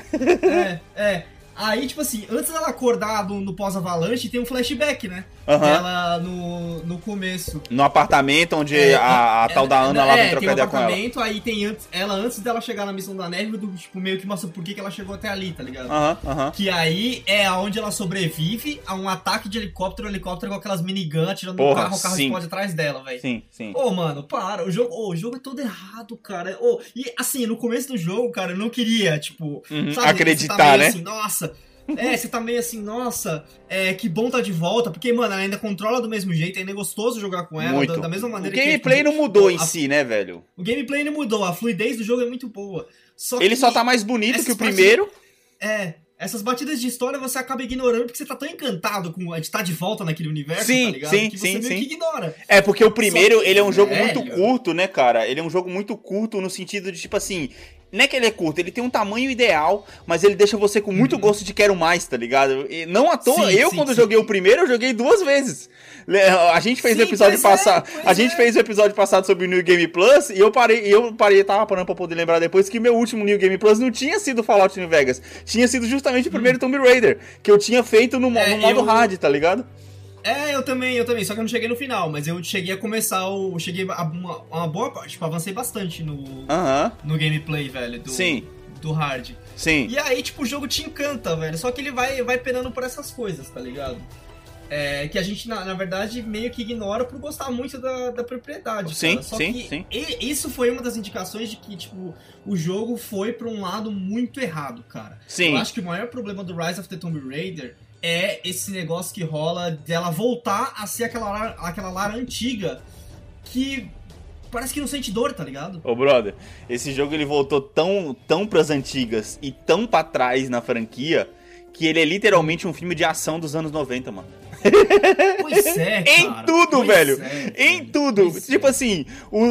Aí, tipo assim, antes dela acordar no pós-avalanche, tem um flashback, né? Ela no começo. No apartamento onde a tal da Ana lá vem trocar ideia com ela. Tem um apartamento, aí tem ela antes dela chegar na missão da neve, tipo, meio que mostra por que ela chegou até ali, tá ligado? Que aí é onde ela sobrevive a um ataque de helicóptero com aquelas minigun atirando no carro, o carro explode atrás dela, velho. Sim. Mano, para, o jogo é todo errado, cara. E assim, no começo do jogo, cara, eu não queria, tipo, sabe, acreditar, tá né? Assim, nossa... você tá meio assim, nossa, que bom tá de volta, porque, mano, ela ainda controla do mesmo jeito, ainda é gostoso jogar com ela, da mesma maneira. O gameplay não mudou em si, né, velho? O gameplay não mudou, a fluidez do jogo é muito boa. Ele só tá mais bonito que o primeiro. Essas batidas de história você acaba ignorando porque você tá tão encantado com de estar de volta naquele universo, tá ligado? Que você meio que ignora. É, porque o primeiro, ele é um jogo muito curto, né, cara? Ele é um jogo muito curto no sentido de, tipo assim... Não é que ele é curto, ele tem um tamanho ideal, mas ele deixa você com muito gosto de quero mais, tá ligado? E não à toa, quando joguei o primeiro, eu joguei 2 vezes. A gente fez o episódio passado. Fez o episódio passado sobre o New Game Plus e eu tava parando pra poder lembrar depois que meu último New Game Plus não tinha sido Fallout New Vegas. Tinha sido justamente o primeiro Tomb Raider, que eu tinha feito no modo hard, tá ligado? Eu também, só que eu não cheguei no final, mas eu cheguei a começar cheguei a uma boa parte, tipo, avancei bastante no gameplay, velho, do hard. Sim. E aí, tipo, o jogo te encanta, velho, só que ele vai penando por essas coisas, tá ligado? Que a gente, na verdade, meio que ignora por gostar muito da propriedade. Sim, cara. Só que isso foi uma das indicações de que, tipo, o jogo foi pra um lado muito errado, cara. Sim. Eu acho que o maior problema do Rise of the Tomb Raider é esse negócio que rola dela voltar a ser aquela Lara antiga que parece que não sente dor, tá ligado? Ô, brother, esse jogo ele voltou tão pras antigas e tão pra trás na franquia que ele é literalmente um filme de ação dos anos 90, mano. Pois é, cara. Em tudo, velho. Em tudo. Tipo assim,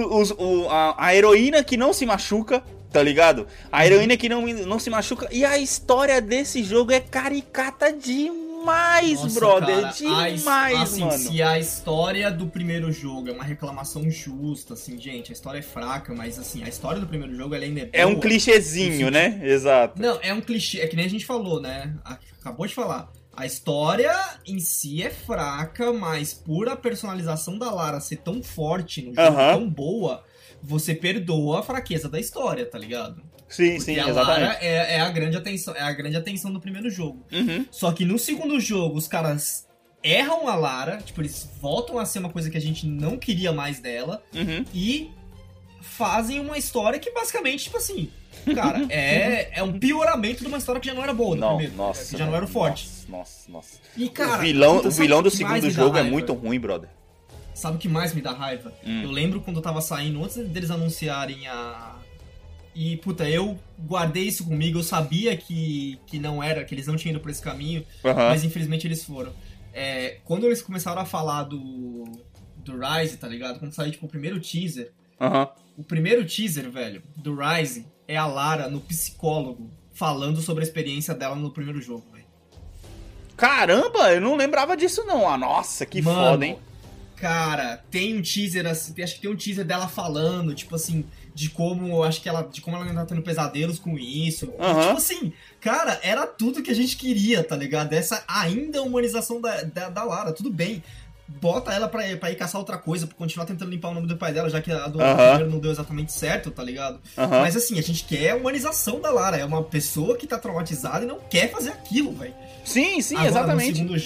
a heroína que não se machuca, tá ligado? A heroína que não se machuca. E a história desse jogo é caricata demais. demais, nossa, brother. Cara, demais, assim, mano. Se a história do primeiro jogo é uma reclamação justa, assim, gente, a história é fraca, mas assim, a história do primeiro jogo ela ainda é boa. É um clichêzinho, né? Exato. Não, é um clichê, é que nem a gente falou, né? Acabou de falar. A história em si é fraca, mas por a personalização da Lara ser tão forte no jogo, tão boa, você perdoa a fraqueza da história, tá ligado? Sim, sim, a exatamente. Lara é a grande atenção do primeiro jogo. Só que no segundo jogo, os caras erram a Lara, tipo, eles voltam a ser uma coisa que a gente não queria mais dela, e fazem uma história que basicamente, tipo assim, cara, é um pioramento de uma história que já não era boa no primeiro, nossa, que já não era o forte. Nossa. E, cara, o vilão do segundo jogo é muito ruim, brother. Sabe o que mais me dá raiva? Eu lembro quando eu tava saindo, antes deles anunciarem a... E, puta, eu guardei isso comigo, eu sabia que não era, que eles não tinham ido por esse caminho, mas infelizmente eles foram. Quando eles começaram a falar do Rise, tá ligado? Quando saiu, tipo, o primeiro teaser, o primeiro teaser, velho, do Rise é a Lara no psicólogo falando sobre a experiência dela no primeiro jogo, velho. Caramba, eu não lembrava disso não. Ah, nossa, que foda, hein? Cara, tem um teaser, assim, acho que tem um teaser dela falando, tipo assim, de como ela tá tendo pesadelos com isso. Tipo assim, cara, era tudo que a gente queria, tá ligado? Essa ainda humanização da Lara, tudo bem. Bota ela pra ir caçar outra coisa, pra continuar tentando limpar o nome do pai dela, já que a do primeiro não deu exatamente certo, tá ligado? Mas assim, a gente quer a humanização da Lara. É uma pessoa que tá traumatizada e não quer fazer aquilo, velho. Sim, agora, exatamente.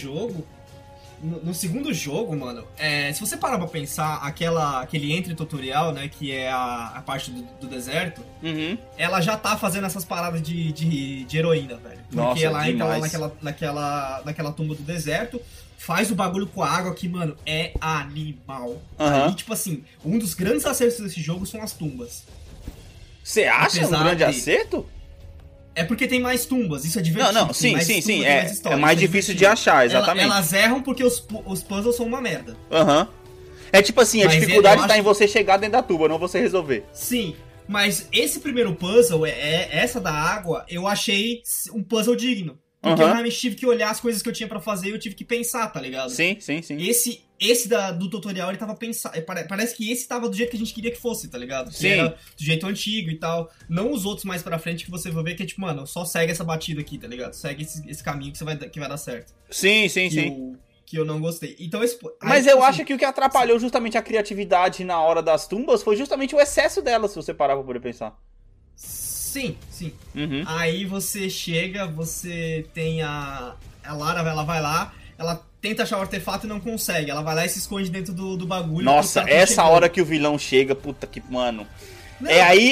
No segundo jogo, mano, se você parar pra pensar, aquele entre tutorial, né, que é a parte do deserto, ela já tá fazendo essas paradas de heroína, velho. Porque nossa, ela demais. entra lá naquela tumba do deserto, faz o bagulho com a água que, mano, é animal. E, tipo assim, um dos grandes acertos desse jogo são as tumbas. Você acha um grande acerto? É porque tem mais tumbas, isso é divertido. Não, sim. É mais difícil de achar, exatamente. Elas erram porque os puzzles são uma merda. É tipo assim, a dificuldade tá em você chegar dentro da tuba, não você resolver. Sim, mas esse primeiro puzzle, essa da água, eu achei um puzzle digno. Porque eu realmente tive que olhar as coisas que eu tinha pra fazer e eu tive que pensar, tá ligado? Sim. Esse do tutorial, ele tava pensando... Parece que esse tava do jeito que a gente queria que fosse, tá ligado? Que sim. Era do jeito antigo e tal. Não os outros mais pra frente que você vai ver que é tipo, mano, só segue essa batida aqui, tá ligado? Segue esse caminho que vai dar certo. Sim. Que eu não gostei. Então, mas eu acho que o que atrapalhou justamente a criatividade na hora das tumbas foi justamente o excesso delas, se você parar pra poder pensar. Sim. Aí você chega, você tem a Lara, ela vai lá, ela tenta achar o artefato e não consegue. Ela vai lá e se esconde dentro do bagulho. Nossa, essa hora que o vilão chega, puta que... Mano... Não,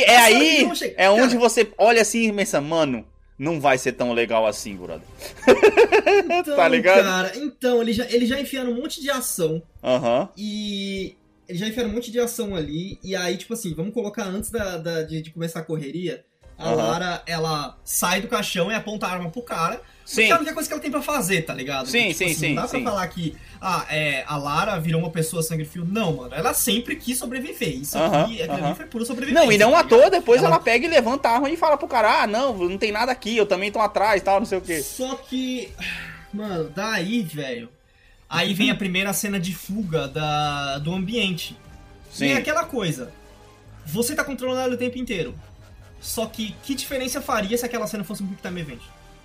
é onde você olha assim e pensa, mano, não vai ser tão legal assim, brother. Então, tá ligado? Cara, então, eles já enfiaram um monte de ação. E... Eles já enfiaram um monte de ação ali. E aí, tipo assim, vamos colocar antes de começar a correria... A Lara, ela sai do caixão e aponta a arma pro cara. Porque é a única coisa que ela tem pra fazer, tá ligado? Sim. Não dá pra falar que a Lara virou uma pessoa sangue frio. Não, mano. Ela sempre quis sobreviver. Isso aqui foi pura sobrevivência. Não, e não à toa, depois ela pega e levanta a arma e fala pro cara, não tem nada aqui, eu também tô atrás e tal, não sei o quê. Só que, mano, daí, velho... Aí vem a primeira cena de fuga do ambiente. Sim. E é aquela coisa. Você tá controlando ela o tempo inteiro. Só que diferença faria se aquela cena fosse um Quick Time Event?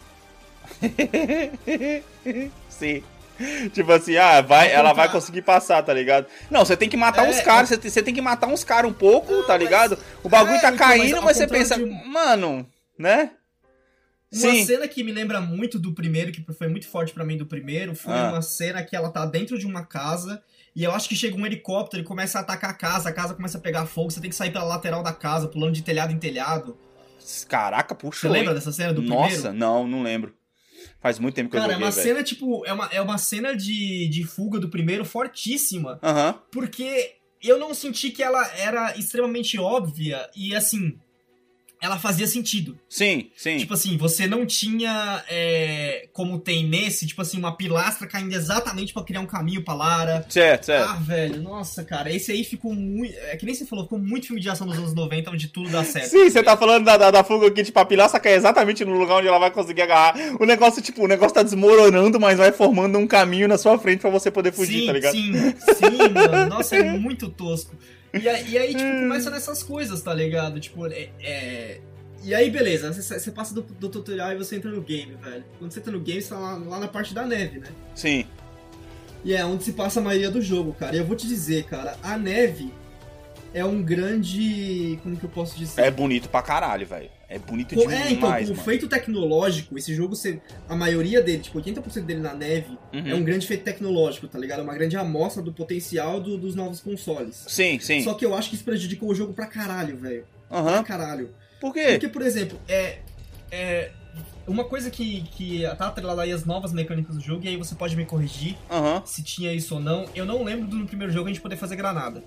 Sim. Tipo assim, ela vai conseguir passar, tá ligado? Não, você tem que matar uns caras, você tem que matar uns caras um pouco, tá ligado? O bagulho tá caindo, mas você pensa, mano, né? Uma cena que me lembra muito do primeiro, que foi muito forte pra mim do primeiro, foi uma cena que ela tá dentro de uma casa... E eu acho que chega um helicóptero e começa a atacar a casa começa a pegar fogo, você tem que sair pela lateral da casa, pulando de telhado em telhado. Caraca, puxa. Você lembra dessa cena do primeiro? Nossa, não lembro. Faz muito tempo que eu joguei, Cara, é uma cena, tipo, é uma cena de fuga do primeiro fortíssima. Porque eu não senti que ela era extremamente óbvia e, assim... ela fazia sentido. Sim, sim. Tipo assim, você não tinha, como tem nesse, tipo assim, uma pilastra caindo exatamente pra criar um caminho pra Lara. Certo. Ah, velho, nossa, cara, esse aí ficou muito... É que nem você falou, ficou muito filme de ação dos anos 90, onde tudo dá certo. Sim, você tá falando da fuga aqui, tipo, a pilastra cai exatamente no lugar onde ela vai conseguir agarrar. O negócio tá desmoronando, mas vai formando um caminho na sua frente pra você poder fugir, tá ligado? Sim, mano, nossa, é muito tosco. E aí, tipo, começa nessas coisas, tá ligado? Tipo, E aí, beleza, você passa do tutorial e você entra no game, velho. Quando você entra no game, você tá lá na parte da neve, né? Sim. E é onde se passa a maioria do jogo, cara. E eu vou te dizer, cara, a neve é um grande... Como que eu posso dizer? É bonito pra caralho, velho. É bonito demais, então, mano. o feito tecnológico, esse jogo, a maioria dele, tipo, 80% dele na neve, é um grande feito tecnológico, tá ligado? É uma grande amostra do potencial dos novos consoles. Sim. Só que eu acho que isso prejudicou o jogo pra caralho, velho. Pra caralho. Por quê? Porque, por exemplo, uma coisa que tá atrelada aí as novas mecânicas do jogo, e aí você pode me corrigir se tinha isso ou não. Eu não lembro no primeiro jogo a gente poder fazer granada.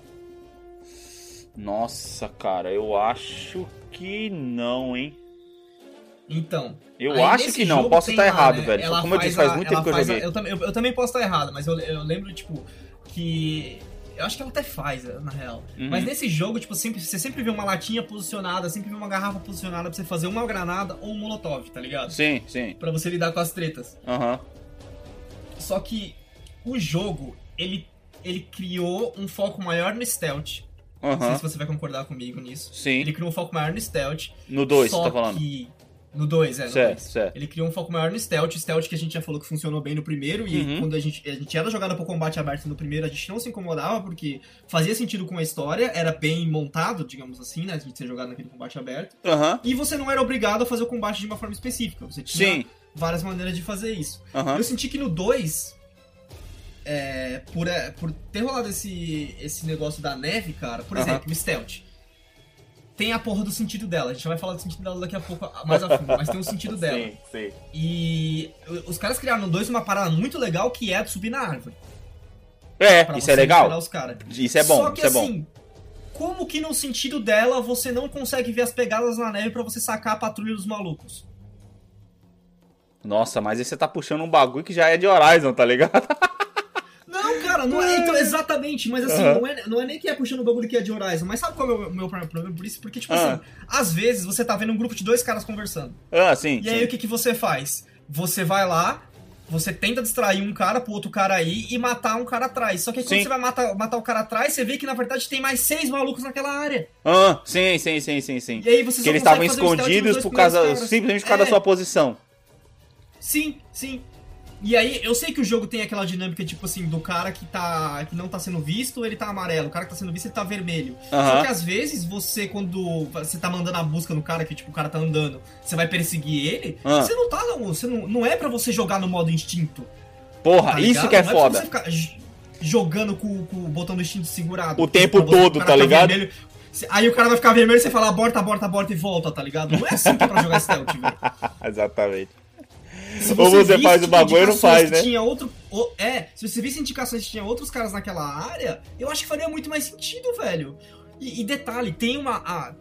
Nossa, cara, eu acho que não, hein? Então. Eu acho que não, posso estar errado, né, velho. Como eu disse, faz muito tempo que eu joguei. Eu também posso estar errado, mas eu lembro, tipo, que... Eu acho que ela até faz, na real. Mas nesse jogo, tipo, você sempre vê uma latinha posicionada, sempre vê uma garrafa posicionada pra você fazer uma granada ou um molotov, tá ligado? Sim. Pra você lidar com as tretas. Só que o jogo, ele criou um foco maior no stealth. Não sei se você vai concordar comigo nisso. Sim. Ele criou um foco maior no stealth. No 2, você tá falando? No 2, no 2. Certo. Ele criou um foco maior no stealth. Stealth que a gente já falou que funcionou bem no primeiro. E quando a gente era jogada pro combate aberto no primeiro, a gente não se incomodava, porque fazia sentido com a história. Era bem montado, digamos assim, né? A gente ser jogado naquele combate aberto. E você não era obrigado a fazer o combate de uma forma específica. Você tinha várias maneiras de fazer isso. Eu senti que no 2... por ter rolado esse negócio da neve, cara, por exemplo, o stealth. Tem a porra do sentido dela. A gente vai falar do sentido dela daqui a pouco mais a fundo, mas tem o sentido dela. Sim. E os caras criaram no 2 uma parada muito legal que é subir na árvore. Isso é legal. Isso é bom, Só que assim, como que no sentido dela você não consegue ver as pegadas na neve pra você sacar a patrulha dos malucos? Nossa, mas aí você tá puxando um bagulho que já é de Horizon, tá ligado? Não, cara, não é, então, exatamente, mas assim, não é nem que é puxando o bagulho que é de Horizon, mas sabe qual é o meu problema por isso? Porque, tipo assim, às vezes você tá vendo um grupo de 2 caras conversando. Sim. E aí o que você faz? Você vai lá, você tenta distrair um cara pro outro cara aí e matar um cara atrás. Só que aí, quando você vai matar o cara atrás, você vê que na verdade tem mais 6 malucos naquela área. Sim. E aí você que eles estavam escondidos simplesmente por causa da sua posição. Sim. E aí, eu sei que o jogo tem aquela dinâmica, tipo assim, do cara que não tá sendo visto, ele tá amarelo. O cara que tá sendo visto, ele tá vermelho. Só que às vezes, quando você tá mandando a busca no cara, que tipo, o cara tá andando, você vai perseguir ele, você não tá, não é pra você jogar no modo instinto. Porra, tá isso que é foda. Não é pra você ficar jogando com o botão do instinto segurado. O tempo todo, tá ligado? Vermelho, aí o cara vai ficar vermelho e você fala, aborta e volta, tá ligado? Não é assim que é pra jogar stealth, velho. Exatamente. Ou você faz o bagulho ou não faz, né? Se você visse indicações que tinha outros caras naquela área, eu acho que faria muito mais sentido, velho. E detalhe, tem uma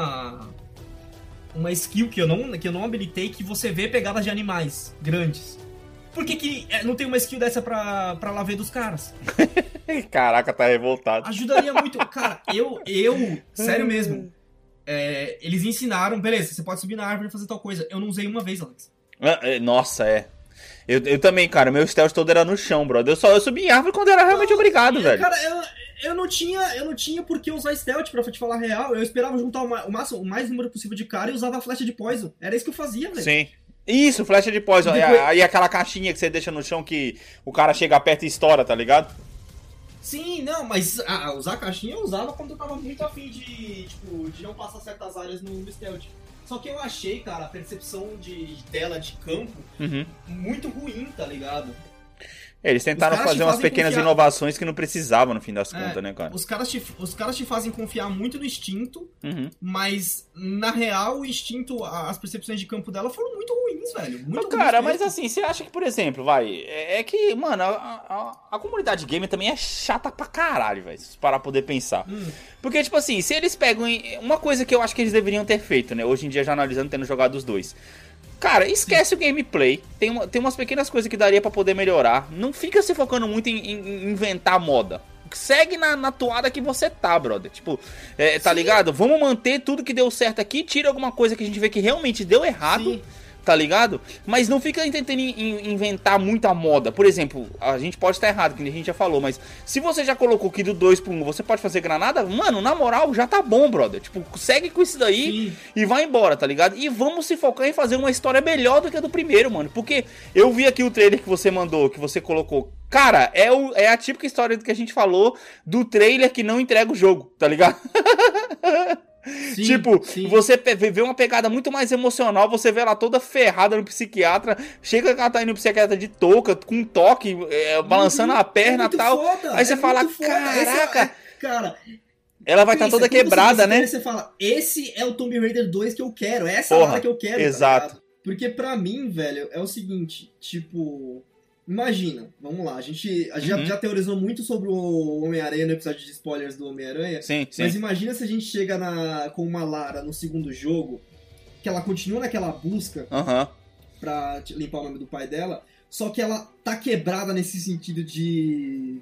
skill que eu não habilitei que você vê pegadas de animais grandes. Por que não tem uma skill dessa pra lá ver dos caras? Caraca, tá revoltado. Ajudaria muito. Cara, sério mesmo. Eles ensinaram, beleza, você pode subir na árvore e fazer tal coisa. Eu não usei uma vez, Alex. Nossa, Eu também, cara, meu stealth todo era no chão, brother. Eu subi em árvore quando era realmente obrigado, velho. Cara, eu não tinha por que usar stealth, pra te falar a real. Eu esperava juntar o mais número possível de cara e usava a flecha de poison. Era isso que eu fazia, velho. Sim. Isso, flecha de poison. Aí aquela caixinha que você deixa no chão que o cara chega perto e estoura, tá ligado? Sim, não, mas usar a caixinha eu usava quando eu tava muito afim de não passar certas áreas no stealth. Só que eu achei, cara, a percepção dela de campo muito ruim, tá ligado? Eles tentaram fazer umas pequenas inovações que não precisavam no fim das contas, né, cara? Os caras te fazem confiar muito no instinto, mas na real o instinto, as percepções de campo dela foram muito ruins, ruins, velho. Muito cara, ruins mas assim, você acha que, por exemplo, é que, mano, a comunidade gamer também é chata pra caralho, velho, se parar pra poder pensar. Porque, tipo assim, se eles pegam... Uma coisa que eu acho que eles deveriam ter feito, né, hoje em dia já analisando, tendo jogado os dois. Cara, esquece o gameplay, tem umas pequenas coisas que daria pra poder melhorar. Não fica se focando muito em inventar moda. Segue na toada que você tá, brother. Tipo, tá ligado? Vamos manter tudo que deu certo aqui, tira alguma coisa que a gente vê que realmente deu errado. Sim. Tá ligado? Mas não fica tentando inventar muita moda. Por exemplo, a gente pode estar errado, que a gente já falou, mas se você já colocou aqui do 2 pro 1, você pode fazer granada? Mano, na moral, já tá bom, brother. Tipo, segue com isso daí. Sim. E vai embora, tá ligado? E vamos se focar em fazer uma história melhor do que a do primeiro, mano. Porque eu vi aqui o trailer que você mandou, que você colocou. Cara, é a típica história do que a gente falou do trailer que não entrega o jogo, tá ligado? Sim, tipo, sim. Você vê uma pegada muito mais emocional, você vê ela toda ferrada no psiquiatra, chega que ela tá indo no psiquiatra de touca, com um toque, balançando a perna e tal. Foda, aí você fala, caraca, cara, ela vai estar toda quebrada, né? Você fala, esse é o Tomb Raider 2 que eu quero, essa é a hora que eu quero. Exato. Tá? Porque pra mim, velho, é o seguinte, tipo... Imagina, vamos lá, a gente já teorizou muito sobre o Homem-Aranha no episódio de spoilers do Homem-Aranha. Sim. Mas imagina se a gente chega com uma Lara no segundo jogo, que ela continua naquela busca pra limpar o nome do pai dela, só que ela tá quebrada nesse sentido de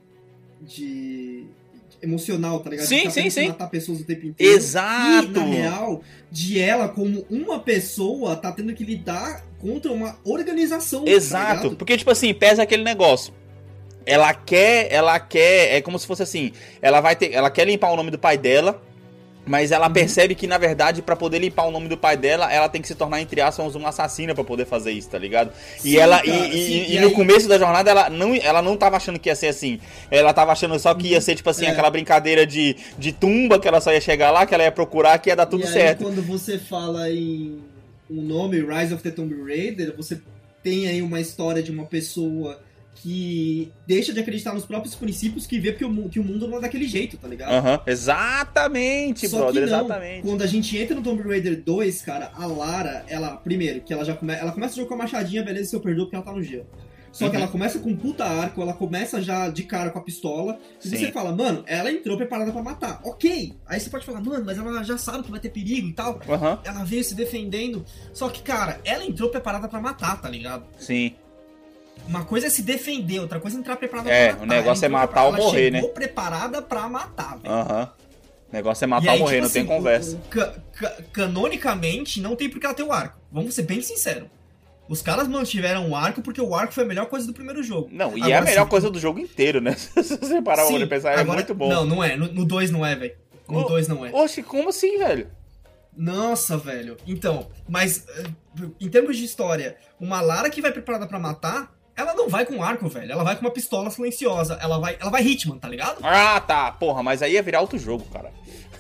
emocional, tá ligado? Sim. Matar pessoas o tempo inteiro. Exato! E, na real, de ela, como uma pessoa, tá tendo que lidar contra uma organização. Exato, tá, porque, tipo assim, pesa aquele negócio. Ela quer, é como se fosse assim, ela quer limpar o nome do pai dela, mas ela percebe que, na verdade, pra poder limpar o nome do pai dela, ela tem que se tornar, entre aspas, uma assassina pra poder fazer isso, tá ligado? Sim, e ela, cara, e no começo da jornada, ela não tava achando que ia ser assim. Ela tava achando só que ia ser, tipo assim, aquela brincadeira de tumba, que ela só ia chegar lá, que ela ia procurar, que ia dar tudo certo. E aí, quando você fala em o nome Rise of the Tomb Raider, você tem aí uma história de uma pessoa que deixa de acreditar nos próprios princípios, que vê que o mundo não é daquele jeito, tá ligado? Exatamente, só brother, que não, exatamente. Quando a gente entra no Tomb Raider 2, cara, a Lara, ela, primeiro, que ela começa o jogo com a machadinha, beleza, se eu perdoo porque ela tá no gelo. Só que ela começa com um puta arco, ela começa já de cara com a pistola, e você fala, mano, ela entrou preparada pra matar. Ok, aí você pode falar, mano, mas ela já sabe que vai ter perigo e tal, ela veio se defendendo, só que, cara, ela entrou preparada pra matar, tá ligado? Sim. Uma coisa é se defender, outra coisa é entrar preparada pra matar. O negócio é matar ou morrer, né? Ela chegou preparada pra matar, velho. O negócio é matar ou morrer, tipo, não tem conversa. Canonicamente, não tem porque ela ter o arco. Vamos ser bem sinceros. Os caras mantiveram o arco porque o arco foi a melhor coisa do primeiro jogo. Não, e agora, é a melhor coisa do jogo inteiro, né? Se você parar pra pensar, agora, é muito bom. Não é. No 2 não é, velho. No 2 não é. Oxe, como assim, velho? Nossa, velho. Então, mas em termos de história, uma Lara que vai preparada pra matar, ela não vai com arco, velho. Ela vai com uma pistola silenciosa. Ela vai Hitman, tá ligado? Ah, tá. Porra, mas aí ia virar outro jogo, cara.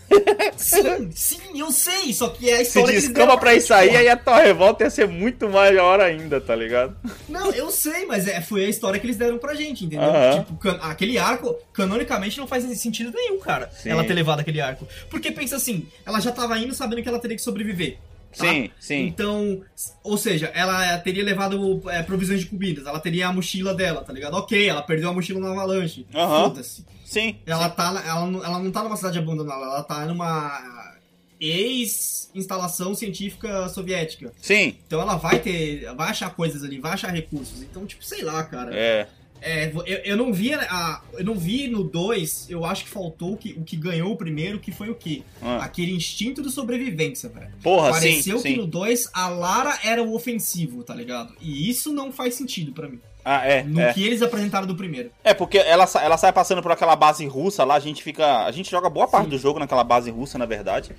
Sim, eu sei. Só que é a história que descamba pra isso aí, aí a tua revolta ia ser muito maior ainda, tá ligado? Não, eu sei, mas foi a história que eles deram pra gente, entendeu? Tipo, aquele arco, canonicamente, não faz sentido nenhum, cara. Sim. Ela ter levado aquele arco. Porque pensa assim, ela já tava indo sabendo que ela teria que sobreviver. Tá? Sim. Então, ou seja, ela teria levado provisões de comidas, ela teria a mochila dela, tá ligado? Ok, ela perdeu a mochila na avalanche. Foda-se. Sim. Ela não tá numa cidade abandonada, ela tá numa ex-instalação científica soviética. Sim. Então ela vai achar coisas ali, vai achar recursos. Então, tipo, sei lá, cara. Eu não vi no 2, eu acho que faltou o que ganhou o primeiro, que foi o quê? Aquele instinto de sobrevivência, velho. Porra, pareceu sim. que no 2 a Lara era o ofensivo, tá ligado? E isso não faz sentido pra mim. Que eles apresentaram do primeiro. Porque ela sai passando por aquela base russa lá, a gente joga boa parte do jogo naquela base russa, na verdade.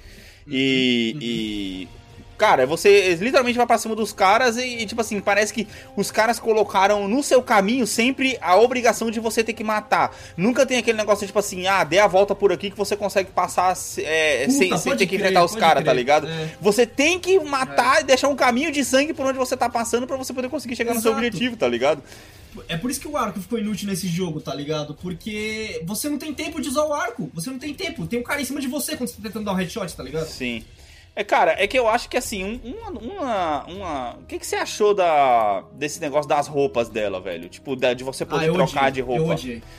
Cara, você literalmente vai pra cima dos caras e, tipo assim, parece que os caras colocaram no seu caminho sempre a obrigação de você ter que matar. Nunca tem aquele negócio de, tipo assim, dê a volta por aqui que você consegue passar sem ter que enfrentar os caras, tá ligado? Você tem que matar e deixar um caminho de sangue por onde você tá passando pra você poder conseguir chegar no seu objetivo, tá ligado? É por isso que o arco ficou inútil nesse jogo, tá ligado? Porque você não tem tempo de usar o arco. Você não tem tempo. Tem um cara em cima de você quando você tá tentando dar um headshot, tá ligado? Sim. Cara, é que eu acho que assim, o que você achou desse negócio das roupas dela, velho? Tipo, de você poder trocar de roupa.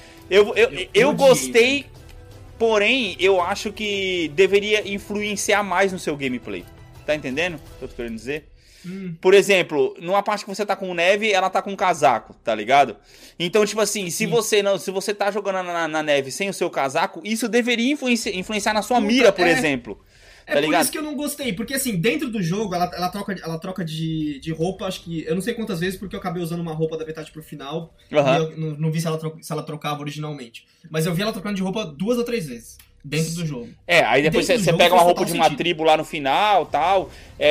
Eu gostei, porém, eu acho que deveria influenciar mais no seu gameplay. Tá entendendo o que eu tô querendo dizer? Por exemplo, numa parte que você tá com neve, ela tá com casaco, tá ligado? Então, tipo assim, se você tá jogando na neve sem o seu casaco, isso deveria influenciar na sua mira, por exemplo. Tá por ligado? Isso que eu não gostei, porque assim, dentro do jogo, ela troca de roupa, acho que, eu não sei quantas vezes, porque eu acabei usando uma roupa da metade pro final, e eu não vi se ela trocava originalmente. Mas eu vi ela trocando de roupa 2 ou 3 vezes. Dentro do jogo. Aí depois você pega uma roupa de uma tribo lá no final, tal.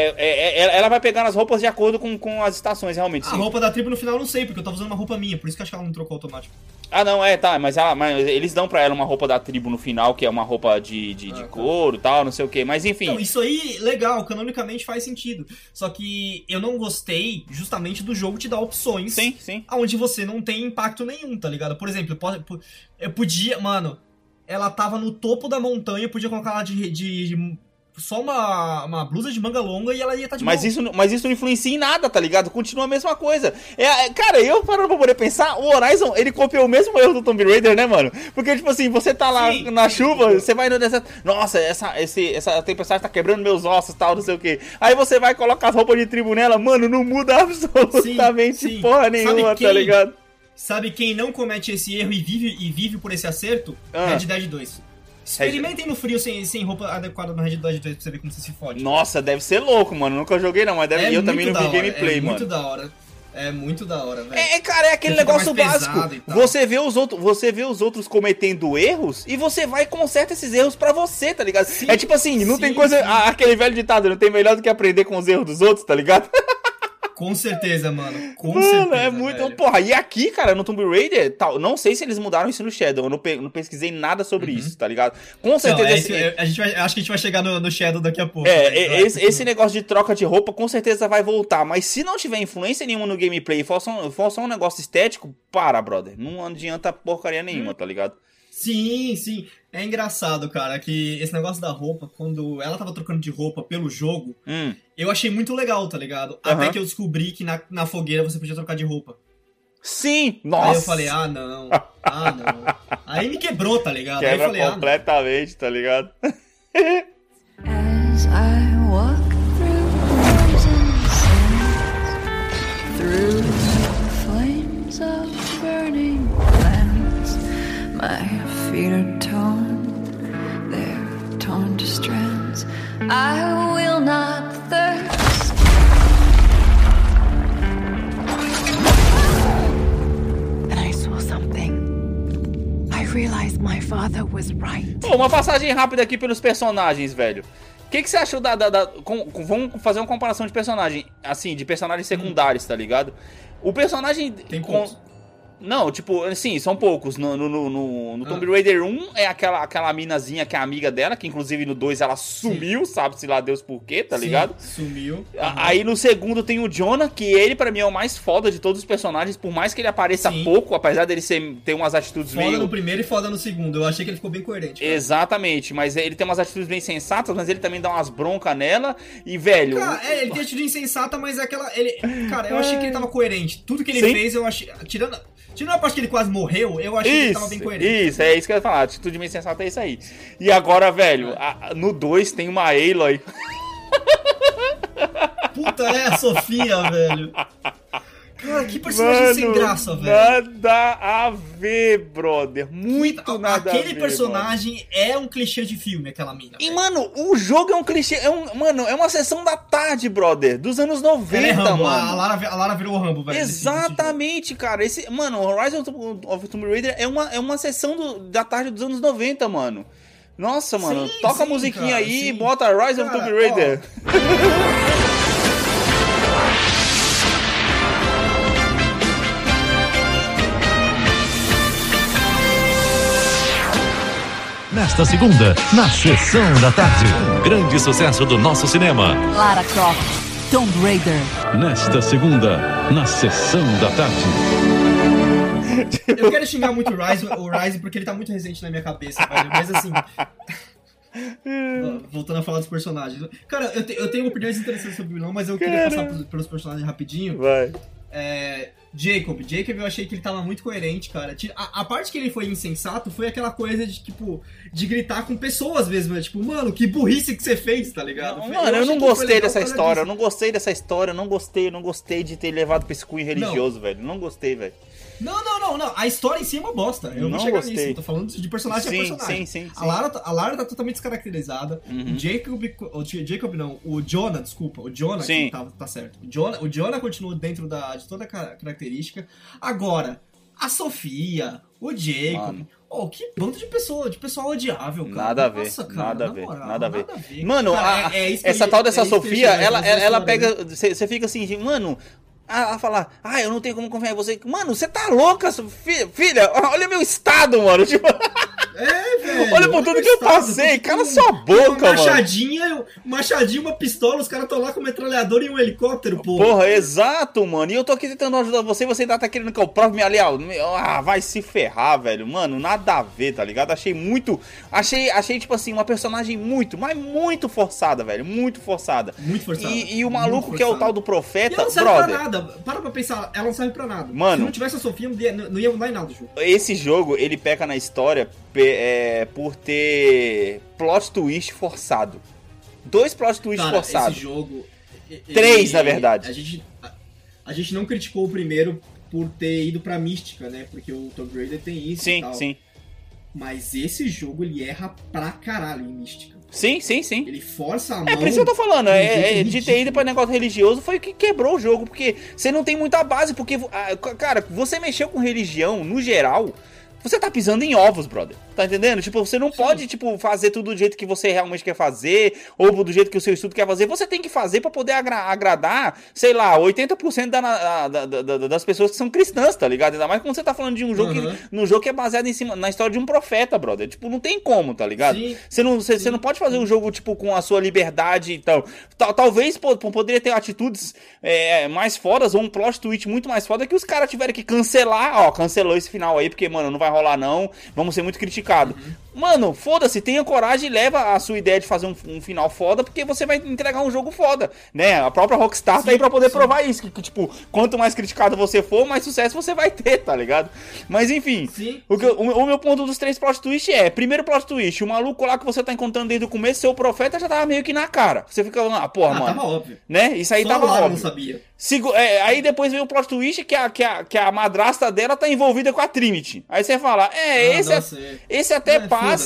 Ela vai pegando as roupas de acordo com as estações, realmente. A roupa da tribo no final eu não sei, porque eu tava usando uma roupa minha, por isso que eu acho que ela não trocou automático. Não, mas eles dão pra ela uma roupa da tribo no final, que é uma roupa de couro e tal, não sei o que, mas enfim. Então, isso aí, legal, canonicamente faz sentido. Só que eu não gostei justamente do jogo te dar opções. Sim. Onde você não tem impacto nenhum, tá ligado? Por exemplo, eu podia, mano, ela tava no topo da montanha, eu podia colocar ela de só uma blusa de manga longa e ela ia estar de boa. Mas isso não influencia em nada, tá ligado? Continua a mesma coisa. Cara, eu parando pra poder pensar, o Horizon, ele copiou o mesmo erro do Tomb Raider, né, mano? Porque, tipo assim, você tá lá na chuva, você vai no deserto, nossa, essa tempestade tá quebrando meus ossos e tal, não sei o que. Aí você vai colocar as roupas de tribo nela, mano, não muda absolutamente porra nenhuma, tá ligado? Sabe quem não comete esse erro e vive por esse acerto? Red Dead 2. Experimentem no frio sem roupa adequada no Red Dead 2 pra você ver como você se fode. Nossa, deve ser louco, mano. Nunca joguei não, mas eu também não vi gameplay, mano. É muito da hora, velho. Cara, é aquele negócio básico. Você vê os outros cometendo erros e você vai e conserta esses erros pra você, tá ligado? É tipo assim, não tem coisa... Aquele velho ditado, não tem melhor do que aprender com os erros dos outros, tá ligado? Com certeza, mano. Certeza, é muito... Velho. Porra, e aqui, cara, no Tomb Raider, não sei se eles mudaram isso no Shadow. Eu não pesquisei nada sobre isso, tá ligado? Com certeza... acho que a gente vai chegar no Shadow daqui a pouco. Esse negócio de troca de roupa com certeza vai voltar. Mas se não tiver influência nenhuma no gameplay e for só um negócio estético, brother. Não adianta porcaria nenhuma, tá ligado? Sim. É engraçado, cara, que esse negócio da roupa, quando ela tava trocando de roupa pelo jogo, eu achei muito legal, tá ligado? Até que eu descobri que na fogueira você podia trocar de roupa. Sim! Nossa! Aí eu falei, não. Aí me quebrou, tá ligado? Quebra aí eu falei, completamente, tá ligado? As I walk through flames of burning lands, my feet are torn, they're torn to strands. I will not thirst. And I saw something. I realized my father was right. Uma passagem rápida aqui pelos personagens, velho. O que você achou vamos fazer uma comparação de personagem, assim, de personagens secundários, tá ligado? O personagem... Tem poucos. Não, tipo, assim, são poucos. No Tomb Raider 1 é aquela minazinha que é amiga dela, que inclusive no 2 ela sumiu, sabe-se lá Deus por quê, tá ligado? Sumiu. Aí no segundo tem o Jonah, que ele pra mim é o mais foda de todos os personagens, por mais que ele apareça pouco, apesar dele ter umas atitudes foda no primeiro e foda no segundo, eu achei que ele ficou bem coerente. Cara. Exatamente, mas ele tem umas atitudes bem sensatas, mas ele também dá umas broncas nela, e velho... Cara, ele tem atitude insensata, mas é aquela... Cara, eu achei que ele tava coerente. Tudo que ele fez, eu achei... Tirando a parte que ele quase morreu, eu achei que ele tava bem coerente. Isso, é isso que eu ia falar. A atitude bem sensata é isso aí. E agora, velho, no 2 tem uma Aloy. Puta, é a Sofia, velho. Cara, que personagem sem graça, velho. Nada a ver, brother. Muito nada a ver. Aquele personagem é um clichê de filme, aquela mina. E, mano, o jogo é um clichê. Mano, é uma sessão da tarde, brother. Dos anos 90, Rambo, mano. A Lara virou o Rambo, velho. Exatamente, cara. Mano, Horizon of Tomb Raider é uma sessão da tarde dos anos 90, mano. Nossa, mano. Toca a musiquinha cara, aí e bota Horizon of Tomb Raider. Nesta segunda, na Sessão da Tarde, um grande sucesso do nosso cinema. Lara Croft, Tomb Raider. Nesta segunda, na Sessão da Tarde. Eu quero xingar muito o Rise porque ele tá muito recente na minha cabeça, velho. Mas assim... Voltando a falar dos personagens. Cara, eu tenho opiniões interessantes sobre o vilão, mas eu queria passar pelos personagens rapidinho. Vai. Jacob eu achei que ele tava muito coerente, cara. A parte que ele foi insensato foi aquela coisa de, tipo, de gritar com pessoas mesmo, né? Tipo, mano, que burrice que você fez, tá ligado? Mano, eu não gostei dessa história, eu não gostei dessa história, eu não gostei de ter levado pra esse cunho religioso, velho. Não gostei, velho. Não. A história em si é uma bosta. Eu não chegar nisso. Eu tô falando de personagem a personagem. Sim. A Lara tá totalmente descaracterizada. O Jonah, desculpa. O Jonah tá certo. O Jonah continua dentro de toda a característica. Agora, a Sofia, o Jacob... que bando de pessoal odiável, cara. Nada a ver, nossa, cara, nada a ver. Mano, cara, essa tal dessa Sofia, ela pega... Você fica assim, mano... A falar, eu não tenho como confiar em você. Mano, você tá louca, filha? Olha meu estado, mano. Tipo... velho. Olha por tudo que eu passei. Cala sua boca, mano. Machadinha, uma pistola, os caras estão lá com um metralhador e um helicóptero, porra. Porra, exato, mano. E eu tô aqui tentando ajudar você e você ainda tá querendo que eu prove minha leal. Vai se ferrar, velho. Mano, nada a ver, tá ligado? Achei, tipo assim, uma personagem muito forçada, velho. Muito forçada. E o maluco que é o tal do profeta, não serve brother. Pra nada. Para pra pensar, ela não serve pra nada. Mano, se não tivesse a Sofia, não ia mudar em nada o jogo. Esse jogo, ele peca na história por ter plot twist forçado. 2 plot twist forçados. Esse jogo... 3, na verdade. A gente não criticou o primeiro por ter ido pra mística, né? Porque o Tomb Raider tem isso e tal. Sim. Mas esse jogo, ele erra pra caralho em mística. Sim. Ele força a mão... por isso que eu tô falando. De ter ido pra negócio religioso foi o que quebrou o jogo. Porque você não tem muita base. Porque, cara, você mexeu com religião, no geral... Você tá pisando em ovos, brother. Tá entendendo? Tipo, você não pode, fazer tudo do jeito que você realmente quer fazer, ou do jeito que o seu estudo quer fazer. Você tem que fazer pra poder agradar, sei lá, 80% das pessoas que são cristãs, tá ligado? Ainda mais quando você tá falando de um jogo jogo que é baseado na história de um profeta, brother. Tipo, não tem como, tá ligado? Você não pode fazer um jogo, tipo, com a sua liberdade e tal. Talvez poderia ter atitudes mais fodas, ou um plot twist muito mais foda que os caras tiveram que cancelar. Cancelou esse final aí, porque, mano, não vai rolar não, vamos ser muito criticados. Mano, foda-se, tenha coragem e leva a sua ideia de fazer um final foda, porque você vai entregar um jogo foda, né? A própria Rockstar tá aí pra poder provar isso, que tipo, quanto mais criticado você for, mais sucesso você vai ter, tá ligado? Mas enfim, o meu ponto dos 3 plot twists primeiro plot twist, o maluco lá que você tá encontrando desde o começo, seu profeta já tava meio que na cara. Você fica, mano, tava óbvio. Né? Isso aí tava óbvio. Não sabia. Aí depois veio o plot twist que a madrasta dela tá envolvida com a Trinity. Aí você fala, esse até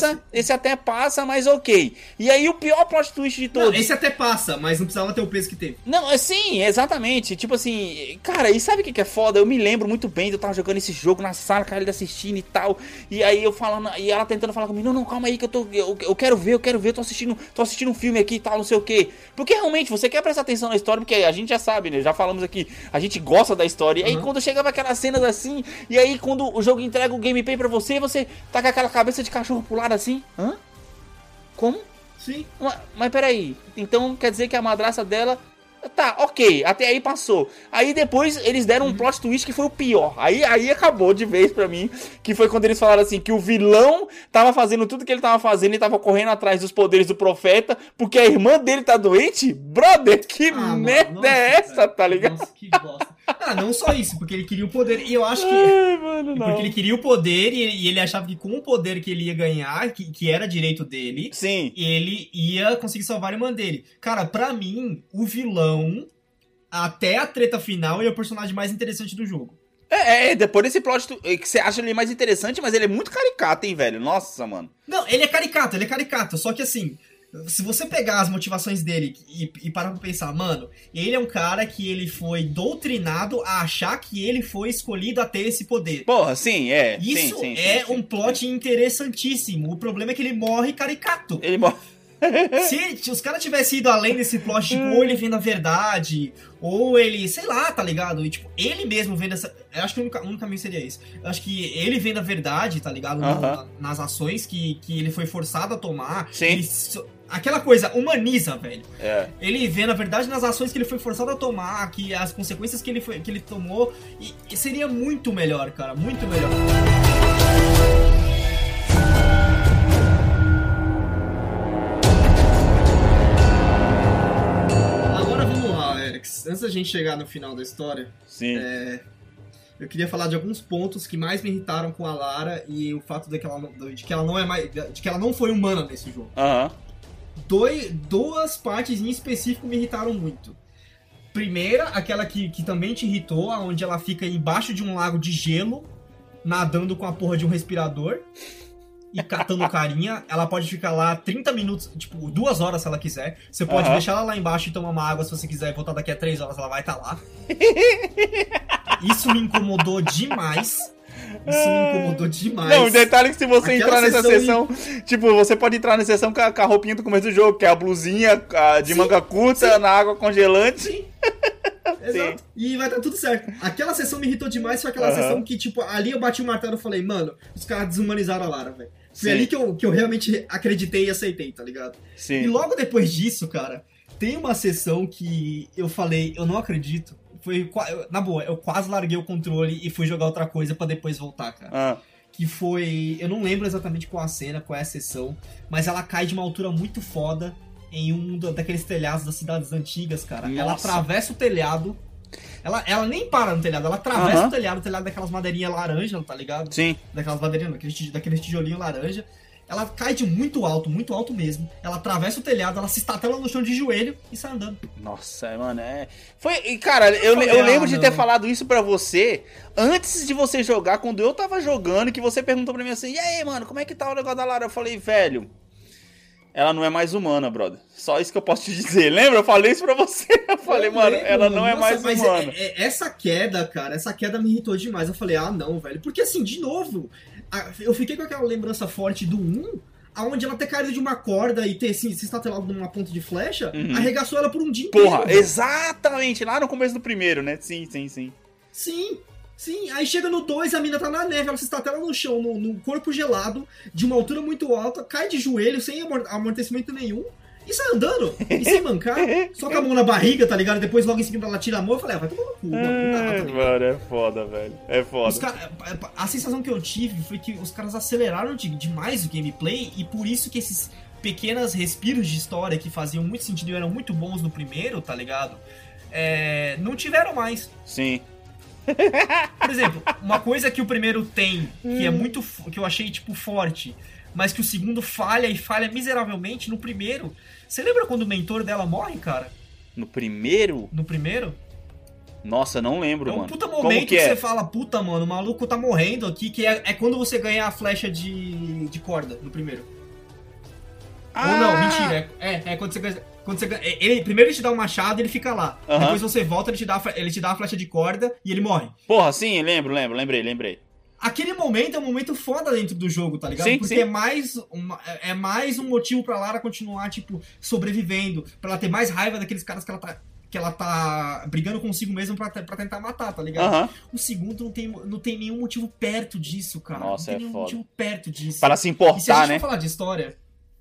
passa, mas ok. E aí o pior plot twist de todos... Não, esse até passa, mas não precisava ter o peso que teve. Não, sim, exatamente. Tipo assim, cara, e sabe o que é foda? Eu me lembro muito bem de eu tava jogando esse jogo na sala, cara, ele assistindo e tal. E aí eu falando, e ela tentando falar comigo, não, calma aí que eu quero ver, tô assistindo um filme aqui e tal, não sei o que. Porque realmente, você quer prestar atenção na história, porque a gente já sabe, né? Já falamos aqui, a gente gosta da história. E aí quando chegava aquelas cenas assim, e aí quando o jogo entrega o gameplay pra você tá com aquela cabeça de cachorro pro lado assim. Hã? Como? Sim. Mas peraí, então quer dizer que a madraça dela... Tá, ok, até aí passou. Aí depois eles deram um plot twist que foi o pior. Aí acabou de vez pra mim. Que foi quando eles falaram assim, que o vilão tava fazendo tudo que ele tava fazendo e tava correndo atrás dos poderes do profeta, porque a irmã dele tá doente? Brother, que merda é essa, tá ligado? Nossa, que bosta. Não só isso, porque ele queria o poder. E eu acho que... Porque ele queria o poder e ele achava que com o poder que ele ia ganhar, que era direito dele, ele ia conseguir salvar a irmã dele. Cara, pra mim, o vilão, até a treta final, ele é o personagem mais interessante do jogo. Depois desse plot que você acha ele mais interessante, mas ele é muito caricato, hein, velho? Nossa, mano. Não, ele é caricato, só que assim... Se você pegar as motivações dele e parar pra pensar, mano, ele é um cara que ele foi doutrinado a achar que ele foi escolhido a ter esse poder. Porra, sim, Isso um plot interessantíssimo. O problema é que ele morre caricato. Ele morre... Se os caras tivessem ido além desse plot, tipo, ou ele vendo a verdade, ou ele, sei lá, tá ligado? E, tipo, ele mesmo vendo essa... Eu acho que o único caminho seria esse. Eu acho que ele vendo a verdade, tá ligado? Nas ações que ele foi forçado a tomar. Sim. Aquela coisa, humaniza, velho. Ele vendo a verdade nas ações que ele foi forçado a tomar, que as consequências que ele tomou, e seria muito melhor, cara, muito melhor. da gente chegar no final da história, sim. Eu queria falar de alguns pontos que mais me irritaram com a Lara e o fato de que ela não foi humana nesse jogo. Duas partes em específico me irritaram muito. Primeira, aquela que também te irritou, onde ela fica embaixo de um lago de gelo, nadando com a porra de um respirador e catando carinha. Ela pode ficar lá 30 minutos, tipo, 2 horas se ela quiser. Você pode deixar ela lá embaixo e tomar uma água se você quiser e voltar daqui a 3 horas, ela vai estar lá. Isso me incomodou demais. Não, o detalhe é que se você entrar nessa sessão, tipo, você pode entrar na sessão com a roupinha do começo do jogo, que é a blusinha de manga curta, na água congelante. Sim. Exato. E vai dar tudo certo. Aquela sessão me irritou demais, foi aquela sessão que, tipo, ali eu bati o martelo e falei, mano, os caras desumanizaram a Lara, velho. Foi ali que eu realmente acreditei e aceitei, tá ligado? Sim. E logo depois disso, cara, tem uma sessão que eu falei, eu não acredito. Na boa, eu quase larguei o controle e fui jogar outra coisa pra depois voltar, cara. Que foi... Eu não lembro exatamente qual a cena, qual é a sessão, mas ela cai de uma altura muito foda em um daqueles telhados das cidades antigas, cara. Nossa. Ela atravessa o telhado. Ela nem para no telhado, ela atravessa o telhado daquelas madeirinhas laranja, tá ligado? Sim. Daquelas madeirinhas, daqueles tijolinhos laranja. Ela cai de muito alto mesmo. Ela atravessa o telhado, ela se estatela no chão de joelho e sai andando. Nossa, mano, Cara, eu lembro de ter falado isso pra você antes de você jogar, quando eu tava jogando, que você perguntou pra mim assim, e aí, mano, como é que tá o negócio da Lara? Eu falei, velho, ela não é mais humana, brother. Só isso que eu posso te dizer. Lembra? Eu falei isso pra você. Eu falei, mano, ela não é mais humana. Essa queda, cara, me irritou demais. Eu falei, não, velho. Porque assim, de novo... Eu fiquei com aquela lembrança forte do 1, aonde ela ter caído de uma corda e ter assim, se estatelado numa ponta de flecha, arregaçou ela por um dia inteiro. Porra, exatamente, lá no começo do primeiro, né? Sim. Sim, aí chega no 2, a mina tá na neve, ela se estatela no chão, no corpo gelado, de uma altura muito alta, cai de joelho, sem amortecimento nenhum, e sai andando, e sem mancar, só com a mão na barriga, tá ligado? Depois logo em seguida ela tira a mão e fala, vai tomar no cu, mano, não dá, tá ligado? Mano, é foda, velho, é foda. A sensação que eu tive foi que os caras aceleraram demais o gameplay, e por isso que esses pequenos respiros de história que faziam muito sentido e eram muito bons no primeiro, tá ligado? Não tiveram mais. Sim. Por exemplo, uma coisa que o primeiro tem, que é muito, que eu achei, tipo, forte, mas que o segundo falha miseravelmente, no primeiro... Você lembra quando o mentor dela morre, cara? No primeiro? No primeiro? Nossa, não lembro, mano. É um puta momento que você fala, puta, mano, o maluco tá morrendo aqui, que é quando você ganha a flecha de corda, no primeiro. Ou não, mentira, é quando você ganha... primeiro ele te dá um machado e ele fica lá. Depois você volta, ele te dá a flecha de corda e ele morre. Porra, sim, lembrei. Aquele momento é um momento foda dentro do jogo, tá ligado? Sim, porque sim. É mais um motivo pra Lara continuar, tipo, sobrevivendo. Pra ela ter mais raiva daqueles caras que ela tá brigando consigo mesmo pra tentar matar, tá ligado? O segundo não tem nenhum motivo perto disso, cara. Nossa, não tem nenhum motivo perto disso. Para se importar, né? Se a gente for falar de história...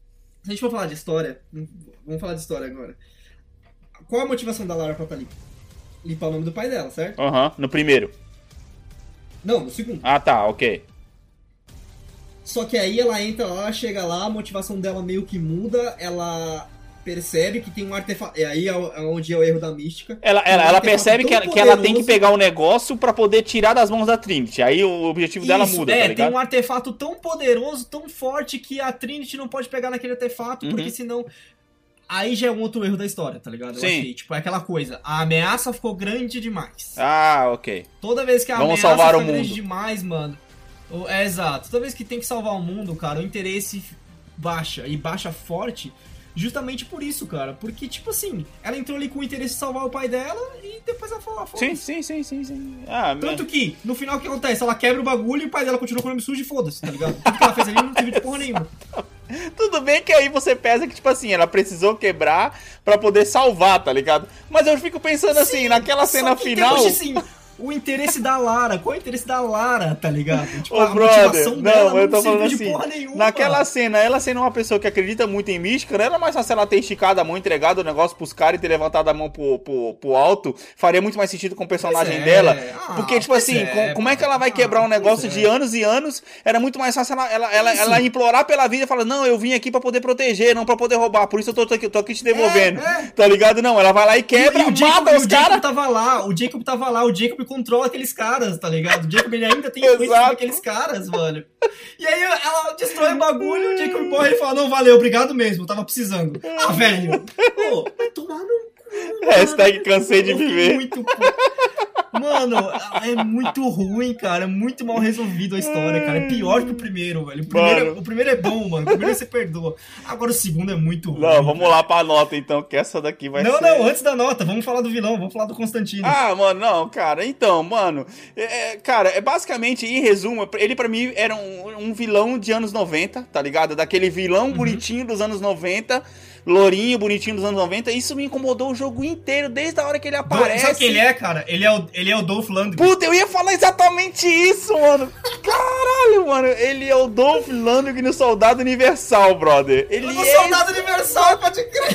Vamos falar de história agora. Qual a motivação da Lara pra estar ali? Limpar o nome do pai dela, certo? No primeiro. Não, no segundo. Ah, tá, ok. Só que aí ela entra lá, chega lá, a motivação dela meio que muda, ela percebe que tem um artefato... Aí é onde é o erro da mística. Ela percebe que ela tem que pegar um negócio pra poder tirar das mãos da Trinity. Aí o objetivo dela muda, tá ligado? Tem um artefato tão poderoso, tão forte, que a Trinity não pode pegar naquele artefato, porque senão... Aí já é um outro erro da história, tá ligado? Eu achei, tipo, é aquela coisa, a ameaça ficou grande demais. Ah, ok. Toda vez que a Vamos ameaça salvar fica o mundo. grande demais, mano... exato. Toda vez que tem que salvar o mundo, cara, o interesse baixa, e baixa forte, justamente por isso, cara. Porque, tipo assim, ela entrou ali com o interesse de salvar o pai dela e depois ela falou, Sim. Tanto que, no final, o que acontece? Ela quebra o bagulho e o pai dela continua com o nome sujo e foda-se, tá ligado? Tudo que ela fez ali não teve de porra nenhuma. Tudo bem que aí você pesa que, tipo assim, ela precisou quebrar pra poder salvar, tá ligado? Mas eu fico pensando assim, naquela cena final... o interesse da Lara. Qual é o interesse da Lara, tá ligado? Tipo, a motivação dela eu tô falando assim, porra nenhuma. Naquela cena, ela sendo uma pessoa que acredita muito em mística, não era mais fácil ela ter esticado a mão, entregado o negócio pros caras e ter levantado a mão pro alto. Faria muito mais sentido com o personagem dela. Porque, tipo assim, como é que ela vai quebrar um negócio de anos e anos? Era muito mais fácil ela implorar pela vida e falar, não, eu vim aqui pra poder proteger, não pra poder roubar, por isso eu tô aqui te devolvendo. Tá ligado? Não, ela vai lá e quebra, mata os caras. O Jacob tava lá, o Jacob controla aqueles caras, tá ligado? O Jacob ele ainda tem influência daqueles caras, mano. E aí ela destrói o bagulho, o Jacob morre e fala, não, valeu, obrigado mesmo, eu tava precisando. Ah, velho, pô, vai tomar no cu. Hashtag cansei de viver. Muito, mano, é muito ruim, cara. É muito mal resolvido a história, cara. É pior que o primeiro, velho. O primeiro é bom, mano. O primeiro você perdoa. Agora o segundo é muito ruim. Não, vamos lá pra nota, então, que essa daqui vai ser... Não, antes da nota, vamos falar do vilão, vamos falar do Constantino. Ah, mano, não, cara. Então, mano, cara, basicamente, em resumo, ele pra mim era um vilão de anos 90, tá ligado? Daquele vilão bonitinho dos anos 90... Lourinho, bonitinho dos anos 90, isso me incomodou o jogo inteiro, desde a hora que ele aparece. Sabe quem ele é, cara? Ele é o Dolph Lundgren. Puta, eu ia falar exatamente isso, mano. Caralho, mano. Ele é o Dolph Lundgren no Soldado Universal, brother. Ele o Soldado Universal, pode crer.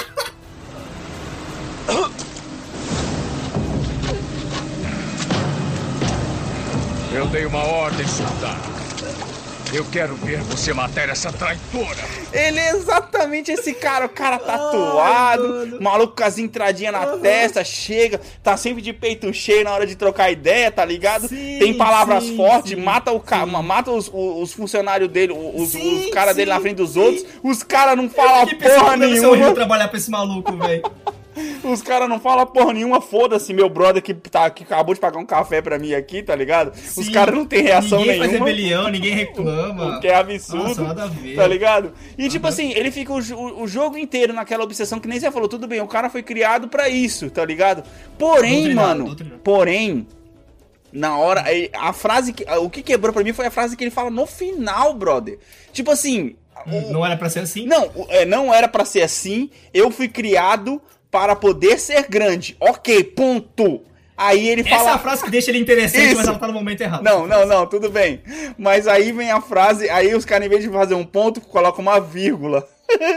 Eu dei uma ordem, soldado. Eu quero ver você matar essa traidora. Ele é exatamente esse cara. O cara tatuado, maluco com as entradinhas na testa, chega, tá sempre de peito cheio na hora de trocar ideia, tá ligado? Tem palavras fortes, mata os funcionários dele, os caras dele na frente dos outros. Os caras não falam porra nenhuma. Eu trabalhar pra esse maluco, velho. Os caras não falam porra nenhuma, foda-se, meu brother que acabou de pagar um café pra mim aqui, tá ligado? Sim, os caras não tem reação nenhuma. Ninguém faz rebelião, ninguém reclama. Que é absurdo, nossa, nada a ver. Tá ligado? E tipo assim, ele fica o jogo inteiro naquela obsessão que nem você falou, tudo bem, o cara foi criado pra isso, tá ligado? Porém, porém, na hora, a frase, o que quebrou pra mim foi a frase que ele fala no final, brother. Tipo assim... Não era pra ser assim? Não era pra ser assim, eu fui criado para poder ser grande. Ok, ponto. Aí ele fala... Essa é a frase que deixa ele interessante, isso. Mas ela tá no momento errado. Não, tudo bem. Mas aí vem a frase, aí os caras, em vez de fazer um ponto, colocam uma vírgula.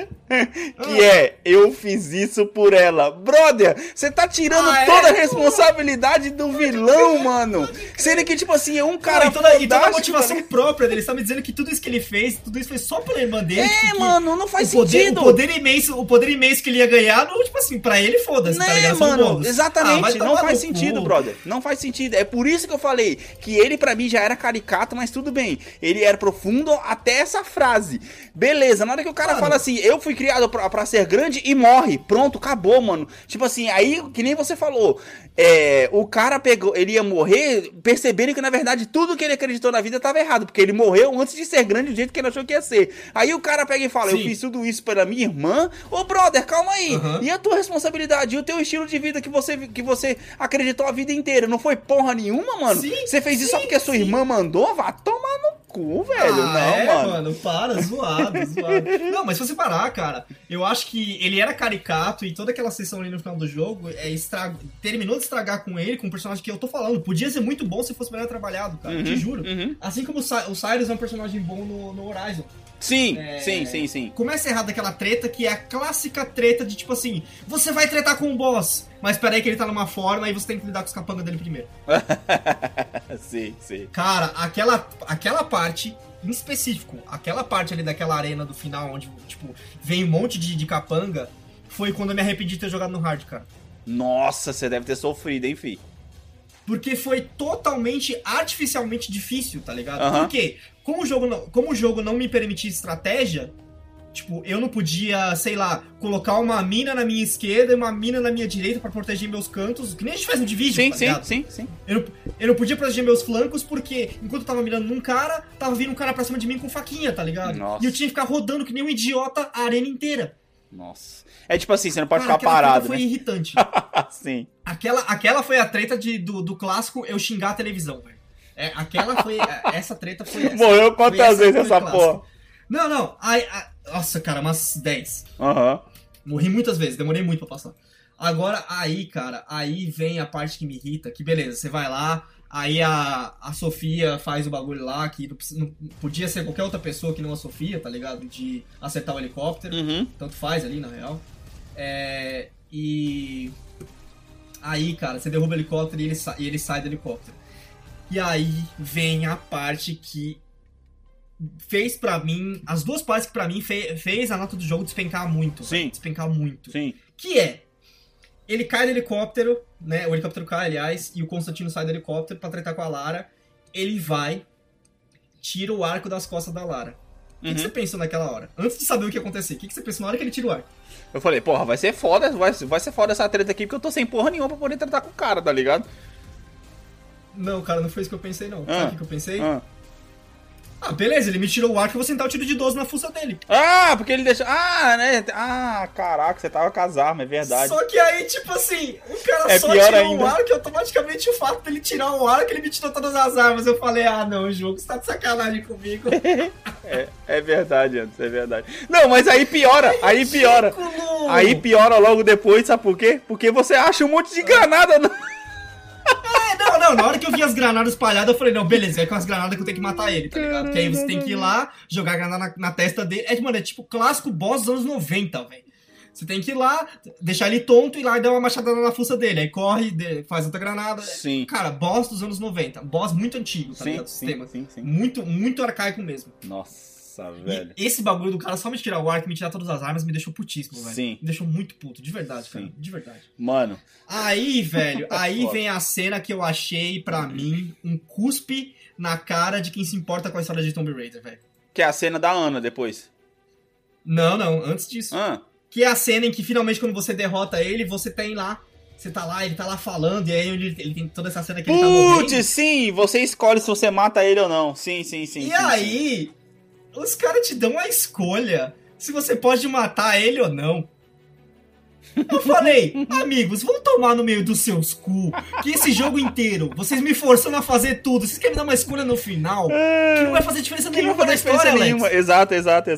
Que eu fiz isso por ela. Brother, você tá tirando toda a responsabilidade do vilão, mano. Sendo que, tipo assim, é um cara e toda a motivação própria dele. Você tá me dizendo que tudo isso que ele fez, tudo isso foi só pela irmã dele. Mano, não faz sentido. O poder imenso que ele ia ganhar, não, tipo assim, pra ele, foda-se, tá ligado? Mano, exatamente, não faz sentido, brother. Não faz sentido. É por isso que eu falei que ele, pra mim, já era caricato, mas tudo bem. Ele era profundo até essa frase. Beleza, na hora que o cara fala assim, eu fui criado pra ser grande e morre. Pronto, acabou, mano. Tipo assim, aí, que nem você falou, o cara pegou, ele ia morrer percebendo que, na verdade, tudo que ele acreditou na vida tava errado, porque ele morreu antes de ser grande do jeito que ele achou que ia ser. Aí o cara pega e fala, eu fiz tudo isso pela minha irmã. Ô, brother, calma aí. E a tua responsabilidade, e o teu estilo de vida que você acreditou a vida inteira? Não foi porra nenhuma, mano? Você fez isso só porque a sua irmã mandou? Vá tomar no cu, velho. Mano, para, zoado. Não, mas se você parar, cara, eu acho que ele era caricato e toda aquela sessão ali no final do jogo terminou de estragar com ele, com o personagem que eu tô falando. Podia ser muito bom se fosse melhor trabalhado, cara, te juro. Assim como o Cyrus é um personagem bom no Horizon. Sim. Começa errado aquela treta que é a clássica treta de tipo assim, você vai tretar com o boss, mas peraí que ele tá numa forma e você tem que lidar com os capangas dele primeiro. Sim. Cara, aquela parte em específico, aquela parte ali daquela arena do final onde, tipo, vem um monte de capanga, foi quando eu me arrependi de ter jogado no hard, cara. Nossa, você deve ter sofrido, hein, fi? Porque foi totalmente, artificialmente difícil, tá ligado? Por quê? Como o jogo não me permitia estratégia, tipo, eu não podia, sei lá, colocar uma mina na minha esquerda e uma mina na minha direita pra proteger meus cantos, que nem a gente faz no Division, tá ligado? Sim. Eu não podia proteger meus flancos porque, enquanto eu tava mirando num cara, tava vindo um cara pra cima de mim com faquinha, tá ligado? Nossa. E eu tinha que ficar rodando que nem um idiota a arena inteira. Nossa. É tipo assim, você não pode ficar parado, né? Foi irritante. Sim. Aquela foi a treta do clássico eu xingar a televisão, velho. Essa treta foi essa. Morreu quantas vezes essa porra? Não. Nossa, cara, umas 10. Aham. Morri muitas vezes, demorei muito pra passar. Agora, aí, cara, aí vem a parte que me irrita, que beleza, você vai lá, aí a Sofia faz o bagulho lá, que não podia ser qualquer outra pessoa que não a Sofia, tá ligado? De acertar o helicóptero, tanto faz ali, na real. E aí, cara, você derruba o helicóptero e ele sai do helicóptero. E aí vem a parte que fez pra mim, as duas partes que pra mim fez a nota do jogo despencar muito. Sim. Né? Despencar muito. Sim. Que é, ele cai do helicóptero, né? O helicóptero cai, aliás, e o Constantino sai do helicóptero pra tretar com a Lara. Ele vai, tira o arco das costas da Lara. O que você pensou naquela hora? Antes de saber o que ia acontecer, o que você pensou na hora que ele tira o arco? Eu falei, porra, vai ser foda, vai ser foda essa treta aqui, porque eu tô sem porra nenhuma pra poder tratar com o cara, tá ligado? Não, cara, não foi isso que eu pensei, não. Sabe o que eu pensei? Beleza, ele me tirou o arco e eu vou sentar o tiro de 12 na fuça dele. Porque ele deixou... né? Caraca, você tava com as armas, é verdade. Só que aí, tipo assim, o cara só tirou ainda. O arco e automaticamente o fato dele tirar o arco, ele me tirou todas as armas. Eu falei, não, jogo, você tá de sacanagem comigo. É verdade, Anderson, é verdade. Não, mas aí piora, aí piora. Aí piora logo depois, sabe por quê? Porque você acha um monte de granada no... Não, na hora que eu vi as granadas espalhadas, eu falei, não, beleza, é com as granadas que eu tenho que matar ele, tá ligado? Porque aí você tem que ir lá, jogar a granada na testa dele. Mano, é tipo clássico boss dos anos 90, velho. Você tem que ir lá, deixar ele tonto e ir lá e dar uma machadada na fuça dele. Aí corre, faz outra granada. Sim. Cara, boss dos anos 90. Boss muito antigo, tá ligado? Sistema. Sim. Muito, muito arcaico mesmo. Nossa, velho. E esse bagulho do cara só me tirar o arco e me tirar todas as armas me deixou putíssimo, velho. Sim. Me deixou muito puto, de verdade, cara. De verdade. Mano. Aí, velho, aí vem a cena que eu achei, pra mim, um cuspe na cara de quem se importa com a história de Tomb Raider, velho. Que é a cena da Ana depois. Não, antes disso. Que é a cena em que finalmente quando você derrota ele, você tem lá... Você tá lá, ele tá lá falando, e aí ele tem toda essa cena que ele tá morrendo. Putz, sim, você escolhe se você mata ele ou não. Sim. E aí, os caras te dão a escolha se você pode matar ele ou não. Eu falei, amigos, vão tomar no meio dos seus cu, que esse jogo inteiro, vocês me forçando a fazer tudo, vocês querem dar uma escolha no final, que não vai fazer diferença nenhuma na história, Alex. Exato.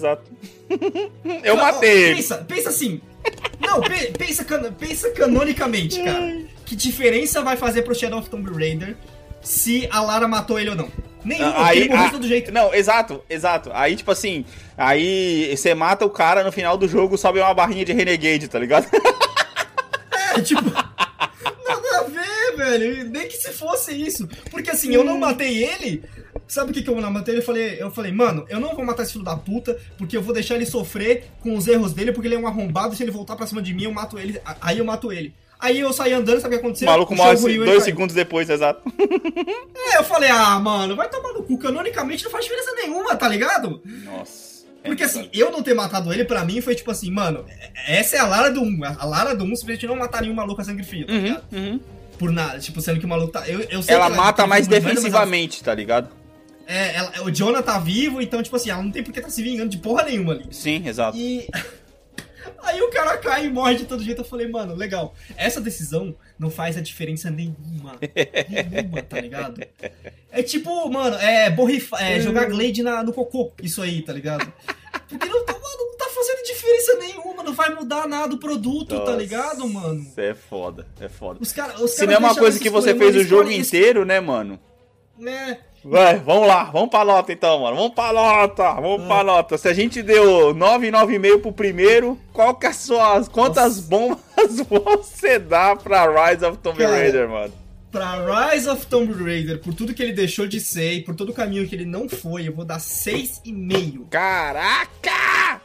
Eu matei ele. Pensa assim. Não, pensa canonicamente, cara. Que diferença vai fazer pro Shadow of Tomb Raider se a Lara matou ele ou não? Nenhuma, porque ele morreu de todo jeito. Não, exato. Aí, tipo assim, aí você mata o cara, no final do jogo sobe uma barrinha de Renegade, tá ligado? Tipo... Nada a ver, velho. Nem que se fosse isso. Porque assim, eu não matei ele... Sabe o que eu não matei ele? Eu falei, mano, eu não vou matar esse filho da puta, porque eu vou deixar ele sofrer com os erros dele, porque ele é um arrombado, e se ele voltar pra cima de mim, eu mato ele. Aí eu mato ele. Aí eu saí andando, sabe o que aconteceu? O maluco morre 2 segundos depois, exato. Eu falei, mano, vai tomar no cu. Canonicamente não faz diferença nenhuma, tá ligado? Nossa. Porque assim, eu não ter matado ele, pra mim, foi tipo assim, mano, essa é a Lara do 1. A Lara do 1 simplesmente não mataria um maluco a sangue frio, tá ligado? Por nada, tipo, sendo que o maluco tá... Eu sei ela mata mais defensivamente, tá ligado? O Jonah tá vivo, então, tipo assim, ela não tem por que tá se vingando de porra nenhuma ali. Sim, exato. E... Aí o cara cai e morre de todo jeito. Eu falei, mano, legal. Essa decisão não faz a diferença nenhuma. Nenhuma, tá ligado? É tipo, mano, jogar Glade no cocô. Isso aí, tá ligado? Porque não tá fazendo diferença nenhuma. Não vai mudar nada o produto, tá ligado, mano? É foda. Os cara se não é uma coisa que você fez o jogo inteiro, né, mano? Vai, vamos lá, vamos pra nota então, mano. Vamos pra nota. Se a gente deu 9,5 pro primeiro, quantas bombas você dá pra Rise of Tomb Raider, mano? Pra Rise of Tomb Raider, por tudo que ele deixou de ser e por todo o caminho que ele não foi, eu vou dar 6,5. Caraca!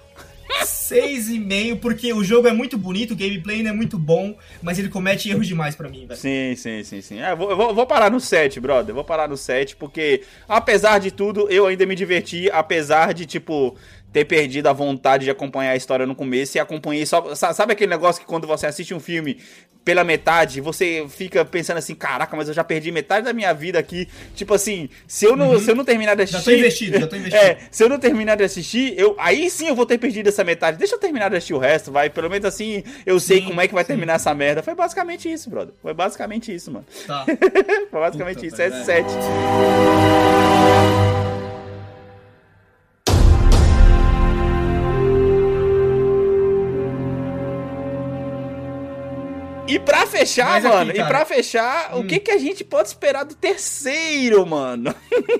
6,5, porque o jogo é muito bonito, o gameplay ainda é muito bom, mas ele comete erros demais pra mim, velho. Sim. Eu vou parar no 7, brother. Eu vou parar no 7, porque, apesar de tudo, eu ainda me diverti, apesar de, tipo, ter perdido a vontade de acompanhar a história no começo e acompanhei só... Sabe aquele negócio que quando você assiste um filme pela metade, você fica pensando assim, caraca, mas eu já perdi metade da minha vida aqui. Tipo assim, se eu não terminar de assistir... Já tô investido. Se eu não terminar de assistir, aí sim eu vou ter perdido essa metade. Deixa eu terminar de assistir o resto, vai. Pelo menos assim, eu sei como é que vai terminar essa merda. Foi basicamente isso, brother. Foi basicamente isso, mano. Tá. Foi basicamente isso. É 7. E pra fechar, mano, o que a gente pode esperar do terceiro, mano?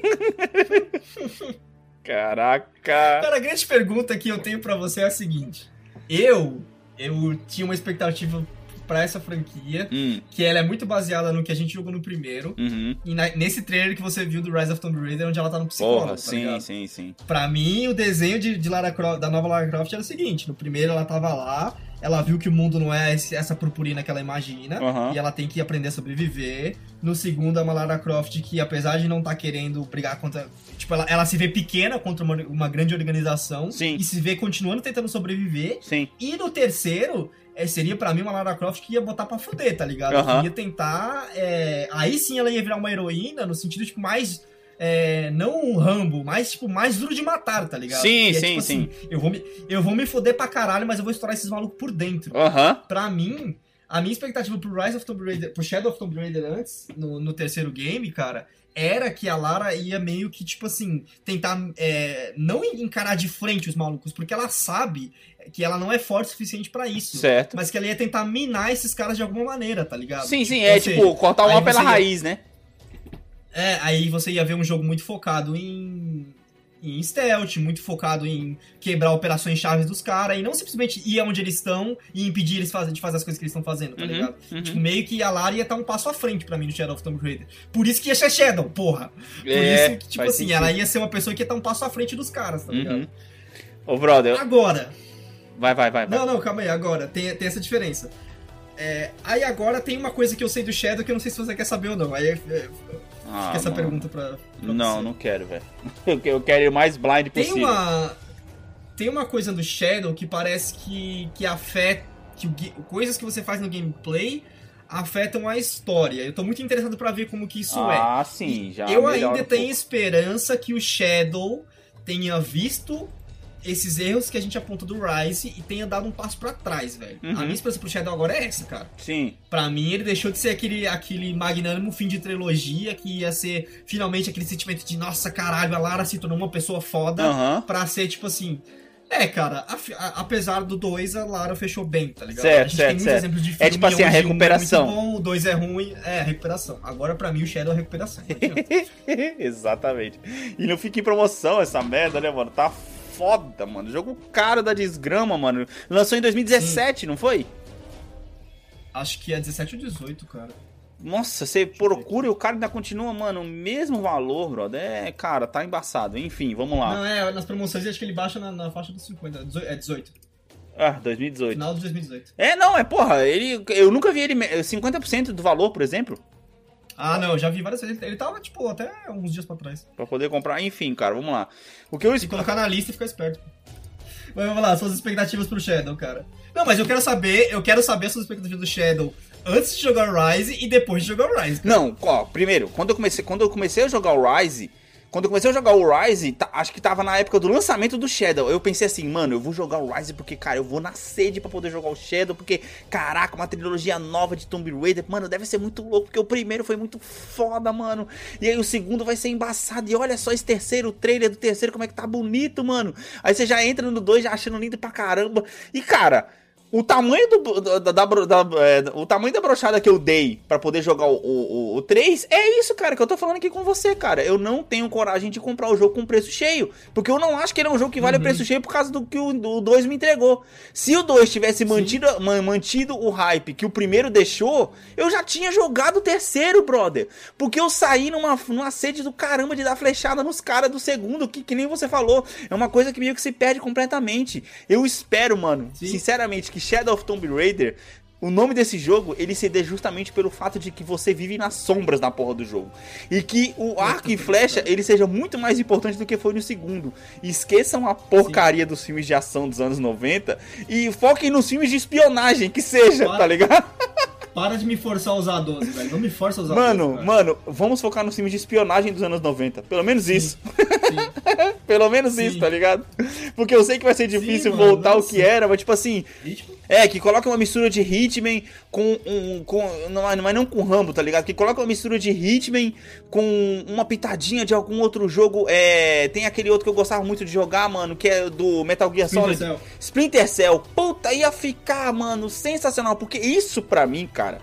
Caraca. Cara, a grande pergunta que eu tenho pra você é a seguinte. Eu tinha uma expectativa pra essa franquia, que ela é muito baseada no que a gente jogou no primeiro, e nesse trailer que você viu do Rise of Tomb Raider, onde ela tá no psicólogo, tá ligado? Sim. Pra mim, o desenho de Lara Croft, da nova Lara Croft era o seguinte, no primeiro ela tava lá, ela viu que o mundo não é essa purpurina que ela imagina, e ela tem que aprender a sobreviver. No segundo, é uma Lara Croft que, apesar de não estar querendo brigar contra... Tipo, ela se vê pequena contra uma grande organização, e se vê continuando tentando sobreviver. Sim. E no terceiro... seria pra mim uma Lara Croft que ia botar pra fuder, tá ligado? Que ia tentar... aí sim ela ia virar uma heroína no sentido, tipo, mais... não um Rambo, mas, tipo, mais duro de matar, tá ligado? Sim. Assim, eu vou me foder pra caralho, mas eu vou estourar esses malucos por dentro. Pra mim, a minha expectativa pro Rise of Tomb Raider, pro Shadow of Tomb Raider antes, no terceiro game, cara... era que a Lara ia meio que, tipo assim, tentar não encarar de frente os malucos, porque ela sabe que ela não é forte o suficiente pra isso. Certo. Mas que ela ia tentar minar esses caras de alguma maneira, tá ligado? Sim, tipo, cortar uma pela raiz, né? Aí você ia ver um jogo muito focado em stealth, muito focado em quebrar operações chaves dos caras, e não simplesmente ir aonde eles estão e impedir eles de fazer as coisas que eles estão fazendo, tá ligado? Tipo, meio que a Lara ia estar um passo à frente pra mim no Shadow of Tomb Raider. Por isso que ia ser Shadow, porra! Por isso que, tipo assim, ela ia ser uma pessoa que ia estar um passo à frente dos caras, tá ligado? Ô, brother... Agora... Vai. Não, calma aí, agora, tem essa diferença. Aí agora tem uma coisa que eu sei do Shadow que eu não sei se você quer saber ou não. Aí fica essa pergunta pra não, você. Não quero, velho. Eu quero ir o mais blind possível. Tem uma coisa do Shadow que parece que afeta... coisas que você faz no gameplay afetam a história. Eu tô muito interessado pra ver como que isso é. Sim, já. Eu ainda tenho esperança que o Shadow tenha visto esses erros que a gente aponta do Rise e tenha dado um passo pra trás, velho. A minha esperança pro Shadow agora é essa, cara. Sim. Pra mim, ele deixou de ser aquele magnânimo fim de trilogia que ia ser finalmente aquele sentimento de nossa, caralho, a Lara se tornou uma pessoa foda, pra ser tipo assim... cara, apesar do 2, a Lara fechou bem, tá ligado? Certo, a gente tem muitos exemplos de filme tipo assim, a recuperação. Um é muito bom, o 2 é ruim, a recuperação. Agora, pra mim, o Shadow é a recuperação. Exatamente. E não fica em promoção essa merda, né, mano? Tá foda, mano. Jogo caro da desgrama, mano. Lançou em 2017, não foi? Acho que é 17 ou 18, cara. Nossa, você procura e o cara ainda continua, mano, o mesmo valor, brother. Cara, tá embaçado. Enfim, vamos lá. Não, nas promoções acho que ele baixa na faixa dos 50. É 18. 2018. Final de 2018. Porra, eu nunca vi ele 50% do valor, por exemplo. Não, eu já vi várias vezes. Ele tava, tipo, até uns dias pra trás. Pra poder comprar. Enfim, cara, vamos lá. Se colocar na lista e ficar esperto. Mas vamos lá, suas expectativas pro Shadow, cara. Não, mas eu quero saber suas expectativas do Shadow antes de jogar o Rise e depois de jogar o Rise. Cara. Não, primeiro, quando eu comecei a jogar o Rise... acho que tava na época do lançamento do Shadow. Eu pensei assim, mano, eu vou jogar o Rise porque, cara, eu vou na sede pra poder jogar o Shadow. Porque, caraca, uma trilogia nova de Tomb Raider, mano, deve ser muito louco. Porque o primeiro foi muito foda, mano. E aí o segundo vai ser embaçado. E olha só esse terceiro, o trailer do terceiro, como é que tá bonito, mano. Aí você já entra no 2 já achando lindo pra caramba. E, cara... O tamanho o tamanho da brochada que eu dei pra poder jogar o 3 é isso, cara, que eu tô falando aqui com você, cara. Eu não tenho coragem de comprar o jogo com preço cheio, porque eu não acho que ele é um jogo que vale preço cheio por causa do que o 2 me entregou. Se o 2 tivesse mantido o hype que o primeiro deixou, eu já tinha jogado o terceiro, brother. Porque eu saí numa sede do caramba de dar flechada nos caras do segundo, que nem você falou. É uma coisa que meio que se perde completamente. Eu espero, mano, sinceramente, que Shadow of Tomb Raider, o nome desse jogo, ele se dê justamente pelo fato de que você vive nas sombras na porra do jogo. E que o arco e flecha, ele seja muito mais importante do que foi no segundo. E esqueçam a porcaria dos filmes de ação dos anos 90 e foquem nos filmes de espionagem, que seja, tá ligado? Para de me forçar a usar 12, velho. Não me força a usar 12. Mano, vamos focar nos filmes de espionagem dos anos 90. Pelo menos isso. Sim. Pelo menos sim. Isso, tá ligado? Porque eu sei que vai ser difícil sim, voltar ao que era, mas tipo assim... que coloca uma mistura de Hitman mas não com Rambo, tá ligado? Que coloca uma mistura de Hitman com uma pitadinha de algum outro jogo. Tem aquele outro que eu gostava muito de jogar, mano, que é do Metal Gear Solid. Splinter Cell. Puta, ia ficar, mano, sensacional. Porque isso pra mim, cara,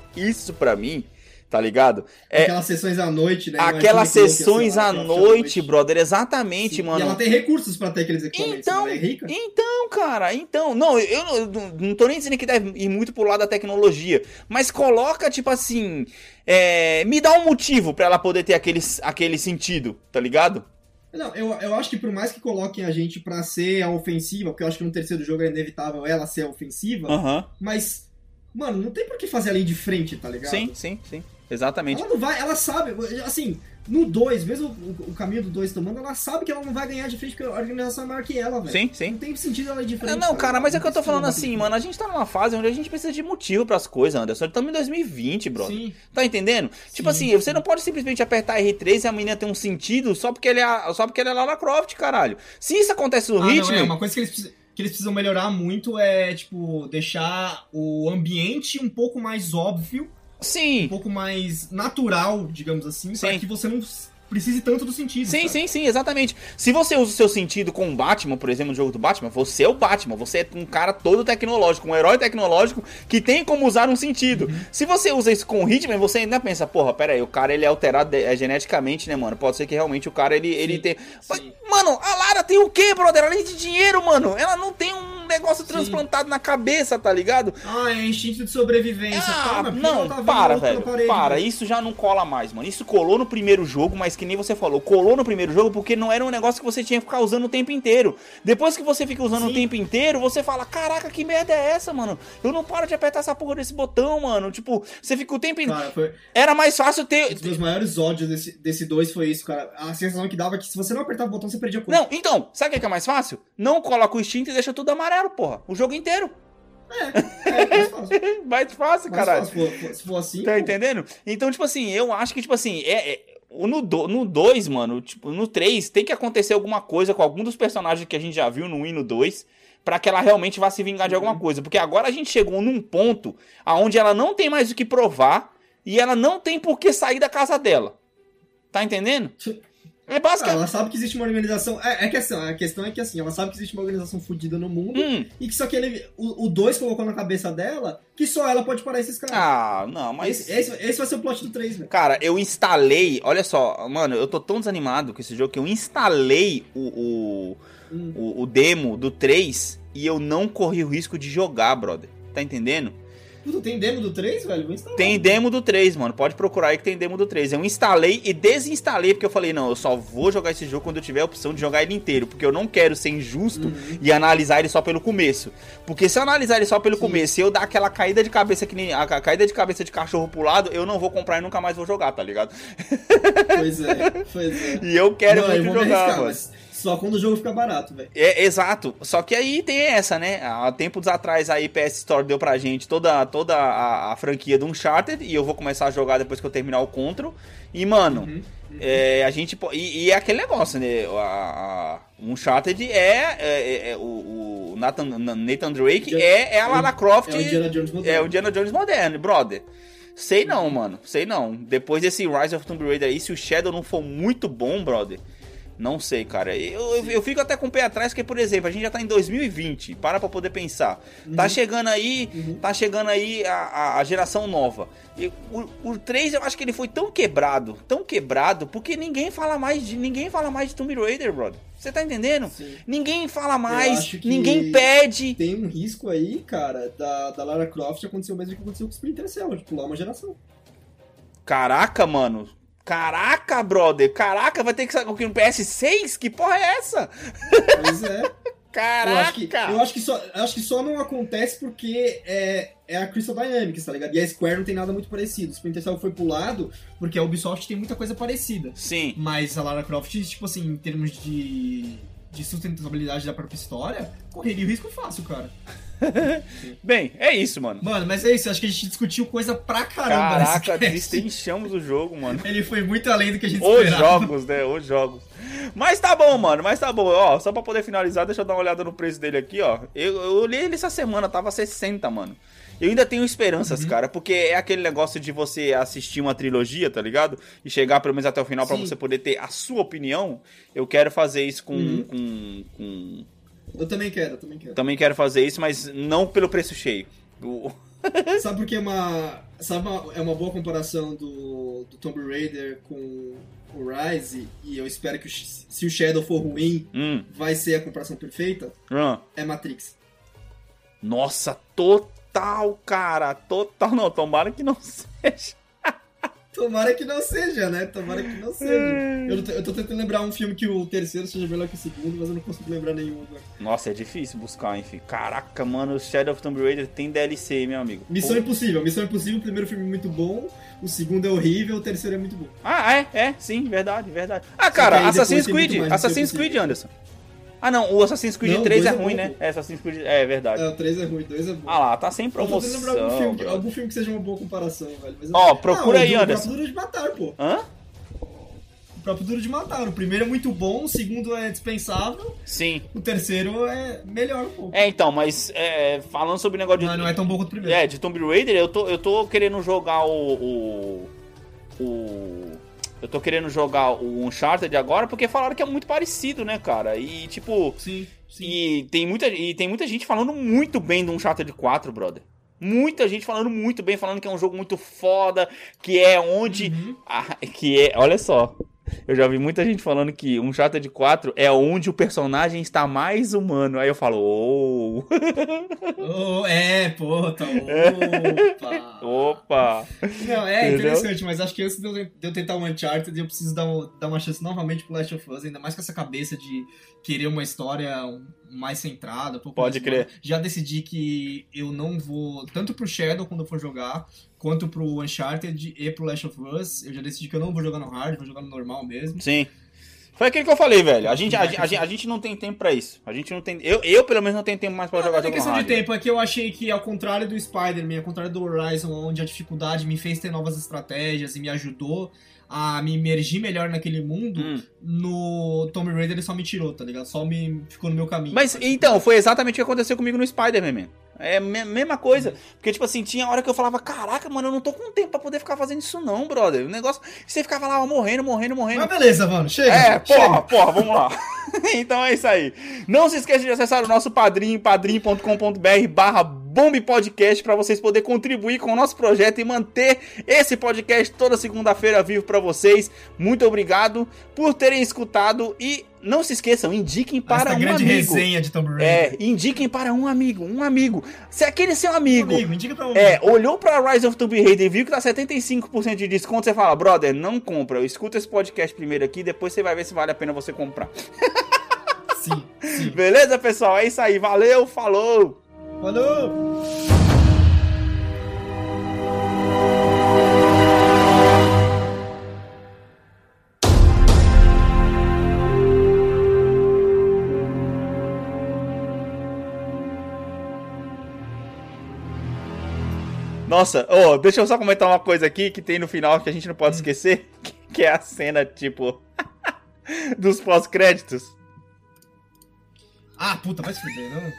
tá ligado? Aquelas sessões à noite, né? Aquelas sessões à noite, brother, exatamente, sim, mano. E ela tem recursos pra ter aqueles equipamentos, ela é rica. Então, cara, não, eu não tô nem dizendo que deve ir muito pro lado da tecnologia, mas coloca, tipo assim, me dá um motivo pra ela poder ter aquele sentido, tá ligado? Não, eu acho que por mais que coloquem a gente pra ser a ofensiva, porque eu acho que no terceiro jogo é inevitável ela ser a ofensiva, mas, mano, não tem por que fazer a linha de frente, tá ligado? Sim. Exatamente. Ela não vai, ela sabe, assim, no 2, mesmo o caminho do 2 tomando, ela sabe que ela não vai ganhar de frente porque a organização é maior que ela, velho. Sim. Não tem sentido ela ir de frente. Não, cara, mas é que eu tô falando assim, mano, a gente tá numa fase onde a gente precisa de motivo pras coisas, Anderson. Estamos em 2020, brother. Sim. Tá entendendo? Tipo assim, você não pode simplesmente apertar R3 e a menina ter um sentido só porque ela é Lara Croft, caralho. Se isso acontece no Hitman... Não, uma coisa que eles precisam melhorar muito é, tipo, deixar o ambiente um pouco mais óbvio. Sim. Um pouco mais natural, digamos assim, pra que você não precise tanto do sentido. Sim, exatamente. Se você usa o seu sentido com o Batman, por exemplo, no jogo do Batman, você é o Batman, você é um cara todo tecnológico, um herói tecnológico que tem como usar um sentido. Se você usa isso com o Hitman, você ainda pensa, porra, pera aí, o cara ele é alterado geneticamente, né, mano? Pode ser que realmente o cara ele tem... Mas, mano, a Lara tem o quê, brother? Além de dinheiro, mano. Ela não tem um negócio transplantado na cabeça, tá ligado? É instinto de sobrevivência. Calma, não, para, isso já não cola mais, mano. Isso colou no primeiro jogo, mas que nem você falou, colou no primeiro jogo porque não era um negócio que você tinha que ficar usando o tempo inteiro. Depois que você fica usando o tempo inteiro, você fala, caraca, que merda é essa, mano? Eu não paro de apertar essa porra desse botão, mano. Tipo, você fica o tempo inteiro. Era mais fácil ter... Um dos meus maiores ódios desse 2 foi isso, cara. A sensação que dava é que se você não apertava o botão, você perdia coisa. Não, então, sabe o que é mais fácil? Não coloca o instinto e deixa tudo amarelo, porra. O jogo inteiro. Mais fácil. Mais fácil, caralho. Se for assim... Tá entendendo? Então, tipo assim, eu acho que, tipo assim, no 2, mano, tipo, no 3, tem que acontecer alguma coisa com algum dos personagens que a gente já viu no 1 e no 2, pra que ela realmente vá se vingar de alguma coisa. Porque agora a gente chegou num ponto onde ela não tem mais o que provar e ela não tem por que sair da casa dela. Tá entendendo? É basicamente... Ela sabe que existe uma organização... A questão é que assim, ela sabe que existe uma organização fodida no mundo e que só que o 2 colocou na cabeça dela que só ela pode parar esses caras. Não, mas... Esse vai ser o plot do 3, velho. Cara, eu instalei... Olha só, mano, eu tô tão desanimado com esse jogo que eu instalei o demo do 3 e eu não corri o risco de jogar, brother. Tá entendendo? Puta, tem demo do 3, velho? Vou instalar. Tem demo do 3, mano. Pode procurar aí que tem demo do 3. Eu instalei e desinstalei porque eu falei, não, eu só vou jogar esse jogo quando eu tiver a opção de jogar ele inteiro. Porque eu não quero ser injusto e analisar ele só pelo começo. Porque se eu analisar ele só pelo começo e eu dar aquela caída de cabeça que nem a caída de cabeça de cachorro pro lado, eu não vou comprar e nunca mais vou jogar, tá ligado? Pois é. E eu quero muito jogar, mano. Só quando o jogo fica barato, velho. Exato. Só que aí tem essa, né? Há tempos atrás a PS Store deu pra gente toda a franquia do Uncharted. E eu vou começar a jogar depois que eu terminar o Control. E, mano, a gente... E é aquele negócio, né? O Uncharted o Nathan Drake é a Lara Croft. É o Indiana Jones moderno. É o Indiana Jones moderno, brother. Sei não, mano. Sei não. Depois desse Rise of Tomb Raider aí, se o Shadow não for muito bom, brother... Não sei, cara. Eu fico até com o pé atrás, porque, por exemplo, a gente já tá em 2020. Para pra poder pensar. Tá chegando aí a geração nova. E o 3, eu acho que ele foi tão quebrado, porque ninguém fala mais de Tomb Raider, brother. Você tá entendendo? Sim. Ninguém fala mais, ninguém pede. Tem um risco aí, cara, da Lara Croft acontecer o mesmo que aconteceu com o Splinter Cell, de pular uma geração. Caraca, mano. Caraca, brother. Caraca, vai ter que sair com o PS6? Que porra é essa? Pois é. Caraca. Eu acho que só não acontece porque é a Crystal Dynamics, tá ligado? E a Square não tem nada muito parecido. O Splinter Cell foi pulado porque a Ubisoft tem muita coisa parecida. Sim. Mas a Lara Croft, tipo assim, em termos de sustentabilidade da própria história, correria o risco fácil, cara. Bem, é isso, mano. Mano, mas é isso, acho que a gente discutiu coisa pra caramba. Caraca, destrinchamos o jogo, mano. Ele foi muito além do que a gente esperava. Os jogos, né? Os jogos. Mas tá bom, mano, ó, só pra poder finalizar, deixa eu dar uma olhada no preço dele aqui, ó. Eu olhei ele essa semana, tava 60, mano. Eu ainda tenho esperanças, cara, porque é aquele negócio de você assistir uma trilogia, tá ligado? E chegar pelo menos até o final pra você poder ter a sua opinião. Eu quero fazer isso com... Eu também quero. Também quero fazer isso, mas não pelo preço cheio. Sabe por que é uma boa comparação do Tomb Raider com o Rise? E eu espero que se o Shadow for ruim, vai ser a comparação perfeita? É Matrix. Nossa, total, cara. Total, não. Tomara que não seja. Tomara que não seja, né? Tomara que não seja. Eu tô tentando lembrar um filme que o terceiro seja melhor que o segundo, mas eu não consigo lembrar nenhum agora. Nossa, é difícil buscar, enfim. Caraca, mano, o Shadow of Tomb Raider tem DLC, meu amigo. Missão Impossível, o primeiro filme é muito bom, o segundo é horrível, o terceiro é muito bom. Sim, verdade. Ah, cara, Assassin's Creed, Anderson. Ah, não, o Assassin's Creed 3 é ruim, né? Assassin's Creed, é verdade. O 3 é ruim, o 2 é bom. Ah lá, tá sem promoção. Eu tô tentando lembrar algum filme que seja uma boa comparação, velho. Ó, procura aí, Anderson. O próprio Duro de Matar, pô. Hã? O próprio Duro de Matar. O primeiro é muito bom, o segundo é dispensável. Sim. O terceiro é melhor um pouco. Então, mas falando sobre o negócio de... Não é tão bom quanto o primeiro. De Tomb Raider, eu tô querendo jogar eu tô querendo jogar o Uncharted agora porque falaram que é muito parecido, né, cara? E, tipo... Sim. E tem muita gente falando muito bem do Uncharted 4, brother. Muita gente falando muito bem, falando que é um jogo muito foda, que é onde... olha só... Eu já vi muita gente falando que Uncharted 4 é onde o personagem está mais humano. Aí eu falo, Opa! Não, interessante, mas acho que antes de eu tentar o Uncharted, eu preciso dar uma chance novamente pro Last of Us, ainda mais com essa cabeça de querer uma história mais centrada. Pode crer. Já decidi que eu não vou, tanto pro Shadow quando eu for jogar, quanto pro Uncharted e pro Last of Us, eu já decidi que eu não vou jogar no hard, vou jogar no normal mesmo. Sim. Foi aquilo que eu falei, velho. A gente não tem tempo pra isso. A gente não tem... Eu pelo menos, não tenho tempo mais pra jogar jogo no hard. Não é questão de tempo, é que eu achei que, ao contrário do Spider-Man, ao contrário do Horizon, onde a dificuldade me fez ter novas estratégias e me ajudou a me imergir melhor naquele mundo, no Tomb Raider ele só me tirou, tá ligado? Só me ficou no meu caminho. Mas, então, foi exatamente o que aconteceu comigo no Spider-Man, man. É a mesma coisa. Porque, tipo assim, tinha hora que eu falava, caraca, mano, eu não tô com tempo pra poder ficar fazendo isso não, brother. O negócio, você ficava lá morrendo. Mas beleza, mano, chega. Porra, vamos lá. Então é isso aí. Não se esqueça de acessar o nosso padrinho, padrim.com.br/bombpodcast, pra vocês poderem contribuir com o nosso projeto e manter esse podcast toda segunda-feira vivo pra vocês. Muito obrigado por terem escutado e não se esqueçam, indiquem para um grande amigo. Resenha de Tomb Raider. Indiquem para um amigo. Se aquele seu amigo, indica pra um amigo. Olhou pra Rise of Tomb Raider e viu que tá 75% de desconto, você fala, brother, não compra, escuta esse podcast primeiro aqui, depois você vai ver se vale a pena você comprar. Sim. Beleza, pessoal? É isso aí, valeu, falou! Nossa, deixa eu só comentar uma coisa aqui que tem no final que a gente não pode esquecer, que é a cena, tipo, dos pós-créditos. Ah, puta, vai se fuder, não?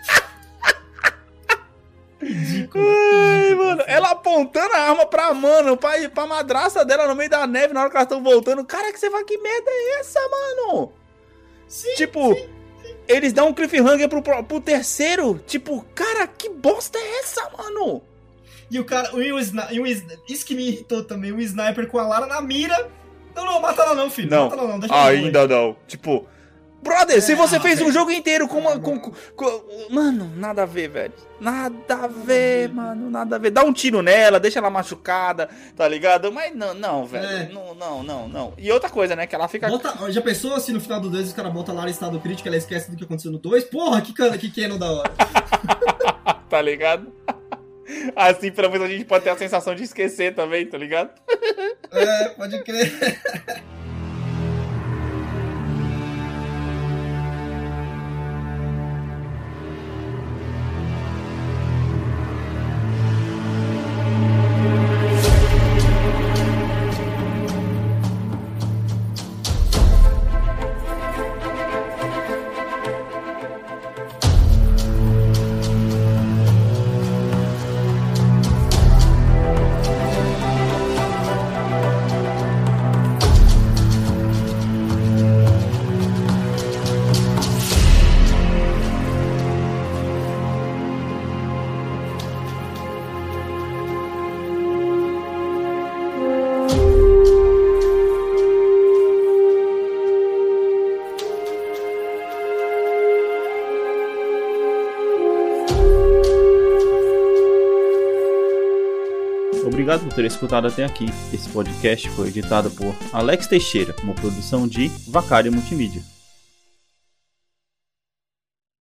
Ridículo. Mano, ela apontando a arma pra pra madrasta dela no meio da neve na hora que elas estão voltando. Cara, que você fala, que merda é essa, mano? Sim, tipo, eles dão um cliffhanger pro terceiro. Tipo, cara, que bosta é essa, mano? E o cara, isso que me irritou também, o sniper com a Lara na mira. Não, mata ela não, filho. Não, mata ela não, deixa ela ainda não. Tipo, brother, se você fez um jogo inteiro com uma... Mano, nada a ver, velho. Nada a ver, mano, nada a ver. Dá um tiro nela, deixa ela machucada, tá ligado? Mas não, velho. Não. E outra coisa, né, que ela fica... Já pensou se no final do 2 os caras botam a Lara em estado crítico, ela esquece do que aconteceu no 2? Porra, que canon da hora. Tá ligado? Assim, pelo menos a gente pode ter a sensação de esquecer também, tá ligado? Pode crer. Obrigado por ter escutado até aqui. Esse podcast foi editado por Alex Teixeira, uma produção de Vacária Multimídia.